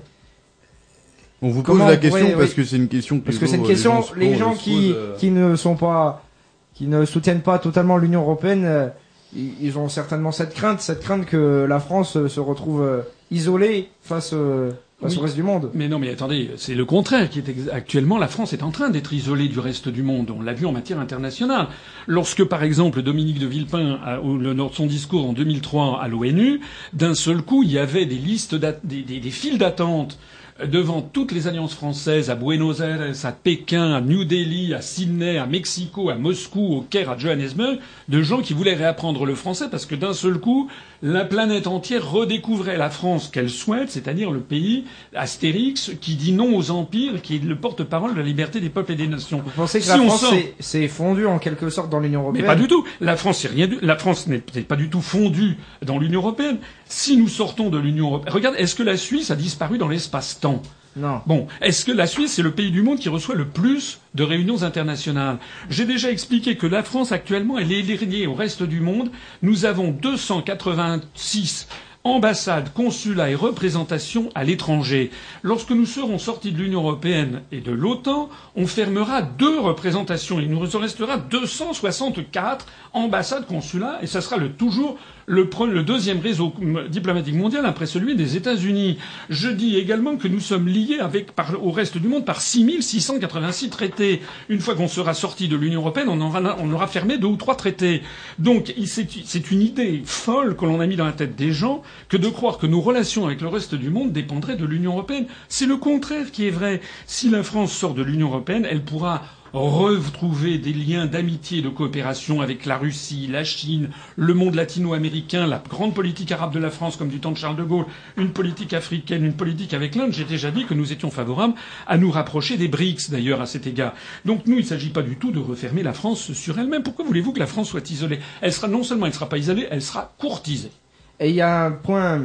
On vous pose la question parce que c'est une question que parce que c'est une question les gens qui qui ne sont pas qui ne soutiennent pas totalement l'Union européenne, ils ont certainement cette crainte, cette crainte que la France se retrouve isolée face face oui, au reste du monde. Mais non, mais attendez, c'est le contraire qui est ex- actuellement. La France est en train d'être isolée du reste du monde. On l'a vu en matière internationale. Lorsque, par exemple, Dominique de Villepin, a, au, le, dans son discours en deux mille trois à l'ONU, d'un seul coup, il y avait des listes, des, des, des files d'attente devant toutes les alliances françaises, à Buenos Aires, à Pékin, à New Delhi, à Sydney, à Mexico, à Moscou, au Caire, à Johannesburg, de gens qui voulaient réapprendre le français parce que d'un seul coup, la planète entière redécouvrait la France qu'elle souhaite, c'est-à-dire le pays Astérix qui dit non aux empires, qui est le porte-parole de la liberté des peuples et des nations. Vous pensez que si la France sort... s'est, s'est fondue en quelque sorte dans l'Union européenne? Mais pas du tout. La France, c'est rien du... La France n'est pas du tout fondue dans l'Union européenne. Si nous sortons de l'Union européenne, regarde, est-ce que la Suisse a disparu dans l'espace-temps? Non. Bon, est-ce que la Suisse, c'est le pays du monde qui reçoit le plus de réunions internationales? J'ai déjà expliqué que la France, actuellement, elle est liée au reste du monde. Nous avons deux cent quatre-vingt-six ambassades, consulats et représentations à l'étranger. Lorsque nous serons sortis de l'Union européenne et de l'OTAN, on fermera deux représentations. Il nous restera deux cent soixante-quatre ambassades, consulats, et ça sera le, toujours le, le deuxième réseau diplomatique mondial après celui des États-Unis. Je dis également que nous sommes liés avec, par, au reste du monde par six mille six cent quatre-vingt-six traités. Une fois qu'on sera sorti de l'Union européenne, on, en aura, on aura fermé deux ou trois traités. Donc c'est, c'est une idée folle que l'on a mis dans la tête des gens que de croire que nos relations avec le reste du monde dépendraient de l'Union européenne. C'est le contraire qui est vrai. Si la France sort de l'Union européenne, elle pourra retrouver des liens d'amitié et de coopération avec la Russie, la Chine, le monde latino-américain, la grande politique arabe de la France comme du temps de Charles de Gaulle, une politique africaine, une politique avec l'Inde. J'ai déjà dit que nous étions favorables à nous rapprocher des BRICS, d'ailleurs, à cet égard. Donc nous, il ne s'agit pas du tout de refermer la France sur elle-même. Pourquoi voulez-vous que la France soit isolée? Elle sera, non seulement elle ne sera pas isolée, elle sera courtisée. Et il y a un point...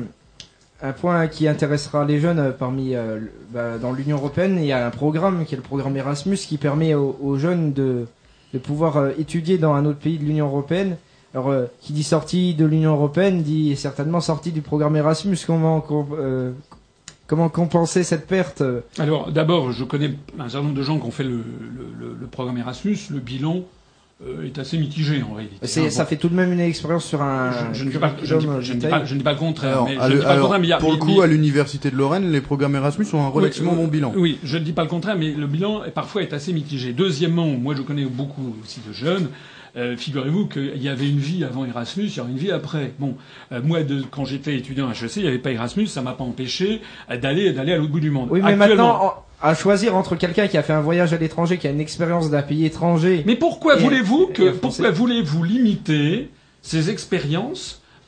Un point qui intéressera les jeunes parmi euh, bah, dans l'Union européenne, il y a un programme qui est le programme Erasmus qui permet aux, aux jeunes de, de pouvoir euh, étudier dans un autre pays de l'Union européenne. Alors, euh, qui dit sortie de l'Union européenne dit certainement sortie du programme Erasmus. Comment euh, comment compenser cette perte? Alors, d'abord, je connais un certain nombre de gens qui ont fait le, le, le programme Erasmus. Le bilan est assez mitigé en réalité. C'est, hein, ça bon. fait tout de même une expérience sur un. Je, je, ne, dis pas, je, ne, dis, je, ne, dis pas, je ne dis pas le contraire. Alors, mais à je le, ne dis pas alors, le contraire, mais il y a, pour mais, le coup, mais, à l'université de Lorraine, les programmes Erasmus ont un relativement oui, bon bilan. Oui, je ne dis pas le contraire, mais le bilan est, parfois est assez mitigé. Deuxièmement, moi je connais beaucoup aussi de jeunes. Euh, figurez-vous qu'il y avait une vie avant Erasmus, il y aura une vie après. Bon, euh, moi, de, quand j'étais étudiant à H E C, il n'y avait pas Erasmus, ça m'a pas empêché d'aller d'aller à l'autre bout du monde. Oui, mais maintenant, à choisir entre quelqu'un qui a fait un voyage à l'étranger, qui a une expérience d'un pays étranger. Mais pourquoi voulez-vous que, pourquoi voulez-vous limiter ces expériences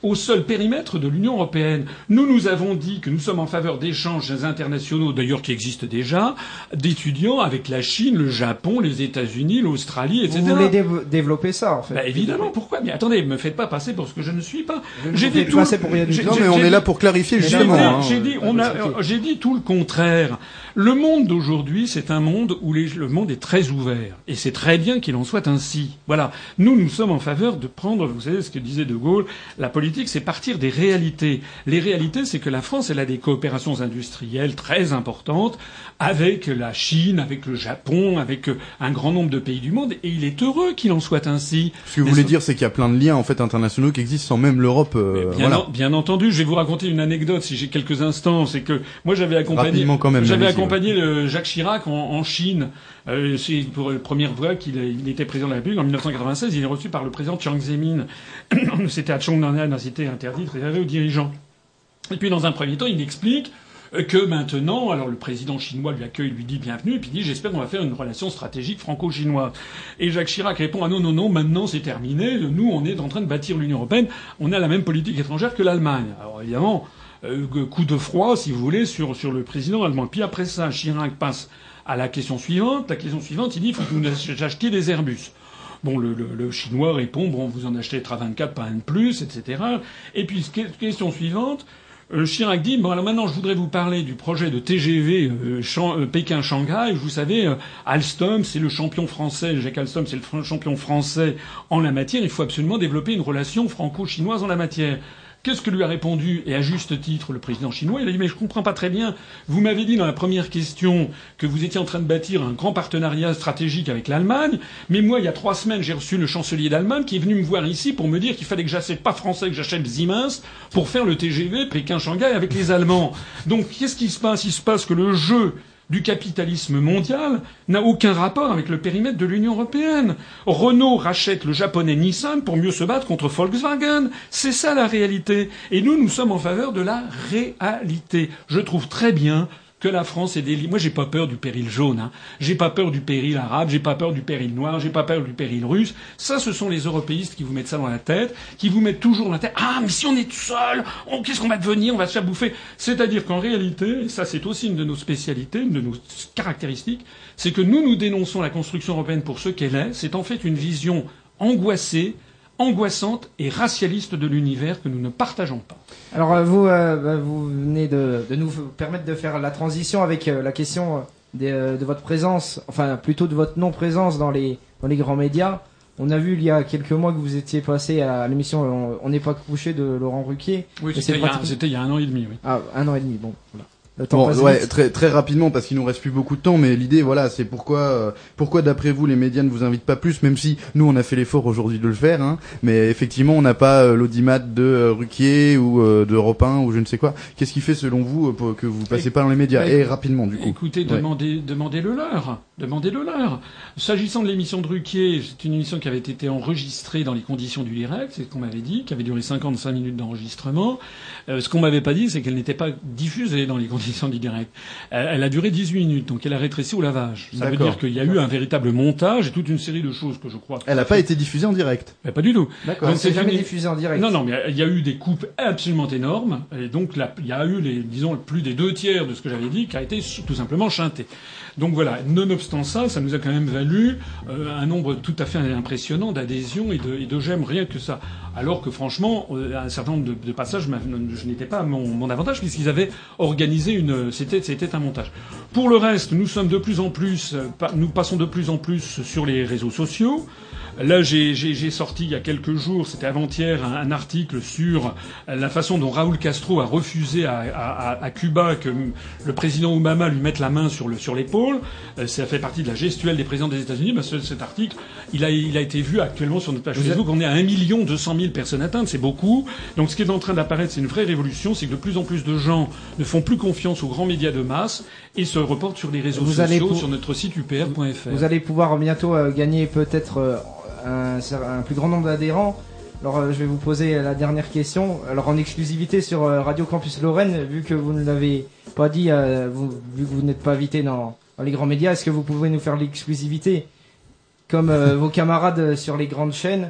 au seul périmètre de l'Union européenne. Nous, nous avons dit que nous sommes en faveur d'échanges internationaux, d'ailleurs qui existent déjà, d'étudiants avec la Chine, le Japon, les États-Unis, l'Australie, et cetera. Vous voulez dé- développer ça, en fait. Bah, évidemment, pourquoi? Mais attendez, me faites pas passer pour ce que je ne suis pas. Je J'ai ne vous dit fais tout. passer pour rien du j'ai- tout. Non, mais j'ai- on j'ai est là dit- pour clarifier J'ai justement. dit, hein. j'ai dit, on a, j'ai dit tout le contraire. Le monde d'aujourd'hui, c'est un monde où les, le monde est très ouvert. Et c'est très bien qu'il en soit ainsi. Voilà. Nous, nous sommes en faveur de prendre, vous savez ce que disait De Gaulle, la politique, c'est partir des réalités. Les réalités, c'est que la France, elle a des coopérations industrielles très importantes avec la Chine, avec le Japon, avec un grand nombre de pays du monde. Et il est heureux qu'il en soit ainsi. Ce que vous voulez dire, c'est qu'il y a plein de liens en fait internationaux qui existent sans même l'Europe. Euh, Bien, voilà. en- bien entendu, je vais vous raconter une anecdote si j'ai quelques instants. C'est que moi j'avais accompagné, Rapidement quand même, j'avais allez-y, accompagné le Jacques Chirac en, en Chine. Euh, c'est pour la première fois qu'il a- il était président de la République en mille neuf cent quatre-vingt-seize. Il est reçu par le président Chiang Zemin. C'était à Chongnan, une cité interdite réservée aux dirigeants. Et puis dans un premier temps, il explique que maintenant, alors le président chinois lui accueille, lui dit bienvenue, et puis il dit j'espère qu'on va faire une relation stratégique franco-chinoise. Et Jacques Chirac répond ah non non non, maintenant c'est terminé, nous on est en train de bâtir l'Union européenne, on a la même politique étrangère que l'Allemagne. Alors évidemment, euh, coup de froid si vous voulez sur sur le président allemand. Puis après ça, Chirac passe à la question suivante. La question suivante, il dit il faut que vous achetiez des Airbus. Bon, le, le, le Chinois répond bon, vous en achetez A vingt-quatre, pas un de plus, et cetera. Et puis question suivante. Euh, Chirac dit bon alors maintenant je voudrais vous parler du projet de T G V euh, euh, Pékin-Shanghai. Vous savez, euh, Alstom c'est le champion français, Jacques Alstom c'est le champion français en la matière. Il faut absolument développer une relation franco-chinoise en la matière. Qu'est-ce que lui a répondu, et à juste titre, le président chinois? Il a dit mais je comprends pas très bien. Vous m'avez dit dans la première question que vous étiez en train de bâtir un grand partenariat stratégique avec l'Allemagne, mais moi il y a trois semaines j'ai reçu le chancelier d'Allemagne qui est venu me voir ici pour me dire qu'il fallait que j'achète pas français, que j'achète Siemens pour faire le T G V Pékin-Shanghai avec les Allemands. Donc qu'est-ce qui se passe? Il se passe que le jeu du capitalisme mondial n'a aucun rapport avec le périmètre de l'Union européenne. Renault rachète le japonais Nissan pour mieux se battre contre Volkswagen. C'est ça la réalité. Et nous, nous sommes en faveur de la réalité. Je trouve très bien que la France est des... Moi, j'ai pas peur du péril jaune, hein. J'ai pas peur du péril arabe, j'ai pas peur du péril noir, j'ai pas peur du péril russe. Ça, ce sont les européistes qui vous mettent ça dans la tête, qui vous mettent toujours dans la tête. Ah, mais si on est tout seul, on... qu'est-ce qu'on va devenir? On va se faire bouffer. C'est-à-dire qu'en réalité, et ça c'est aussi une de nos spécialités, une de nos caractéristiques, c'est que nous, nous dénonçons la construction européenne pour ce qu'elle est. C'est en fait une vision angoissée, angoissante et racialiste de l'univers que nous ne partageons pas. Alors vous, euh, vous venez de, de nous permettre de faire la transition avec euh, la question de, euh, de votre présence, enfin plutôt de votre non-présence dans les, dans les grands médias. On a vu il y a quelques mois que vous étiez passé à l'émission On n'est pas couché de Laurent Ruquier. Oui, Et c'était il, pratique... c'était il y a un an et demi, oui. Ah, un an et demi, bon, voilà. Le temps Bon, passe ouais, vite. très très rapidement parce qu'il nous reste plus beaucoup de temps, mais l'idée, voilà, c'est pourquoi, euh, pourquoi d'après vous les médias ne vous invitent pas plus, même si nous on a fait l'effort aujourd'hui de le faire, hein, mais effectivement on n'a pas euh, l'audimat de euh, Ruquier ou euh, de Europe un ou je ne sais quoi. Qu'est-ce qui fait selon vous euh, pour que vous passez pas dans les médias? Et rapidement du coup. Écoutez, Ouais. demandez, demandez-le leur. Demandez-le leur. S'agissant de l'émission de Ruquier, c'est une émission qui avait été enregistrée dans les conditions du direct, c'est ce qu'on m'avait dit, qui avait duré cinquante-cinq minutes d'enregistrement. Euh, ce qu'on m'avait pas dit, c'est qu'elle n'était pas diffusée dans les conditions du direct. Elle, elle a duré dix-huit minutes, donc elle a rétréci au lavage. Ça veut D'accord. dire qu'il y a eu un véritable montage et toute une série de choses que je crois. Elle n'a pas été diffusée en direct. Mais pas du tout. D'accord, Donc c'est c'est jamais une- diffusé en direct. Non, non, mais il y a eu des coupes absolument énormes, et donc là, il y a eu les, disons, plus des deux tiers de ce que j'avais dit qui a été tout simplement chanté. Donc voilà, nonobstant ça, ça nous a quand même valu euh, un nombre tout à fait impressionnant d'adhésions et de, et de j'aime, rien que ça. Alors que franchement, euh, un certain nombre de, de passages, je n'étais pas à mon, mon avantage puisqu'ils avaient organisé une, c'était, c'était un montage. Pour le reste, nous sommes de plus en plus, euh, nous passons de plus en plus sur les réseaux sociaux. Là, j'ai, j'ai, j'ai sorti il y a quelques jours, c'était avant-hier, un, un article sur la façon dont Raúl Castro a refusé à, à, à Cuba que le président Obama lui mette la main sur, le, sur l'épaule. Euh, ça fait partie de la gestuelle des présidents des États-Unis. Ben, ce, cet article, il a, il a été vu actuellement sur notre page Vous Facebook. On est à un million deux cent mille personnes atteintes, c'est beaucoup. Donc ce qui est en train d'apparaître, c'est une vraie révolution. C'est que de plus en plus de gens ne font plus confiance aux grands médias de masse et se reportent sur les réseaux Vous allez sociaux, pour- sur notre site U P R point F R. Vous allez pouvoir bientôt euh, gagner peut-être euh, un, un plus grand nombre d'adhérents. Alors euh, je vais vous poser la dernière question. Alors en exclusivité sur euh, Radio Campus Lorraine, vu que vous ne l'avez pas dit, euh, vous, vu que vous n'êtes pas invité dans, dans les grands médias, est-ce que vous pouvez nous faire l'exclusivité comme euh, vos camarades sur les grandes chaînes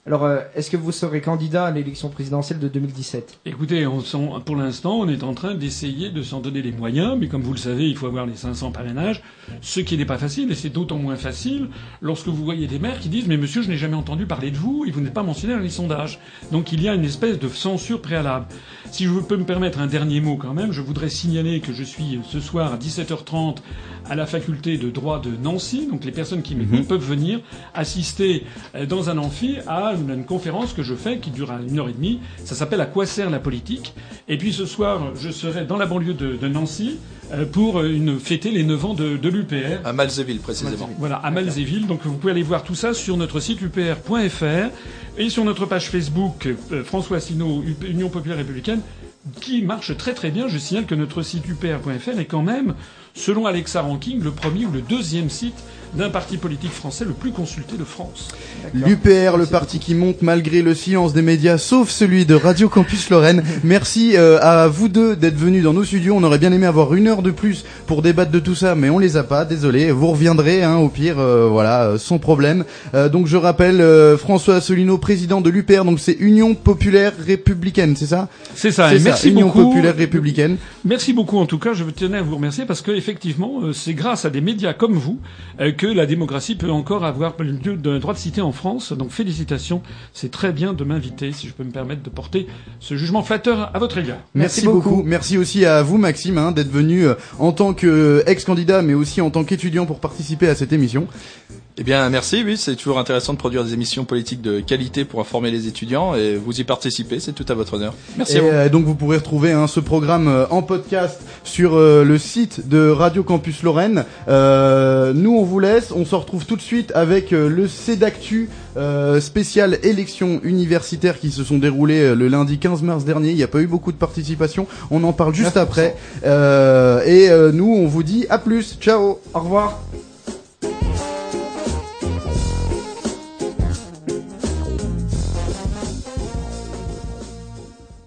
Alors, euh, est-ce que vous serez candidat à l'élection présidentielle de deux mille dix-sept ? Écoutez, on s'en- pour l'instant, on est en train d'essayer de s'en donner les moyens, mais comme vous le savez, il faut avoir les cinq cents parrainages, ce qui n'est pas facile, et c'est d'autant moins facile lorsque vous voyez des maires qui disent « Mais monsieur, je n'ai jamais entendu parler de vous, et vous n'êtes pas mentionné dans les sondages ». Donc il y a une espèce de censure préalable. Si je peux me permettre un dernier mot quand même, je voudrais signaler que je suis ce soir à dix-sept heures trente à la faculté de droit de Nancy, donc les personnes qui m'écoutent Mhm. peuvent venir assister euh, dans un amphi à une, une conférence que je fais qui durera une heure et demie. Ça s'appelle « À quoi sert la politique ?» Et puis ce soir, je serai dans la banlieue de, de Nancy euh, pour une, fêter les neuf ans de, de l'U P R. À Malzéville, précisément. Voilà, à Malzéville. Donc vous pouvez aller voir tout ça sur notre site u p r point f r et sur notre page Facebook euh, François Asselineau, Union Populaire Républicaine, qui marche très très bien. Je signale que notre site u p r point f r est quand même, selon Alexa Ranking, le premier ou le deuxième site d'un parti politique français le plus consulté de France. L'U P R, le parti qui monte malgré le silence des médias, sauf celui de Radio Campus Lorraine. Merci euh, à vous deux d'être venus dans nos studios. On aurait bien aimé avoir une heure de plus pour débattre de tout ça, mais on les a pas. Désolé. Vous reviendrez, hein, au pire, euh, voilà, euh, sans problème. Euh, donc je rappelle euh, François Asselineau, président de l'U P R. Donc c'est Union Populaire Républicaine, c'est ça ? C'est ça. C'est Et ça, merci Union beaucoup. Populaire Républicaine. Merci beaucoup en tout cas. Je tenais à vous remercier parce que effectivement, euh, c'est grâce à des médias comme vous euh, que la démocratie peut encore avoir le droit de citer en France. Donc félicitations. C'est très bien de m'inviter, si je peux me permettre de porter ce jugement flatteur à votre égard. Merci, Merci beaucoup. beaucoup. Merci aussi à vous, Maxime, hein, d'être venu euh, en tant qu'ex-candidat, mais aussi en tant qu'étudiant pour participer à cette émission. Eh bien, merci, oui, c'est toujours intéressant de produire des émissions politiques de qualité pour informer les étudiants, et vous y participez, c'est tout à votre honneur. Merci Et à vous. euh, donc vous pourrez retrouver hein, ce programme euh, en podcast sur euh, le site de Radio Campus Lorraine. Euh, nous on vous laisse, on se retrouve tout de suite avec euh, le Cédactu euh, spécial élections universitaires qui se sont déroulées euh, le lundi quinze mars dernier. Il n'y a pas eu beaucoup de participation, on en parle juste neuf pour cent. après. Euh, et euh, nous on vous dit à plus, ciao. Au revoir.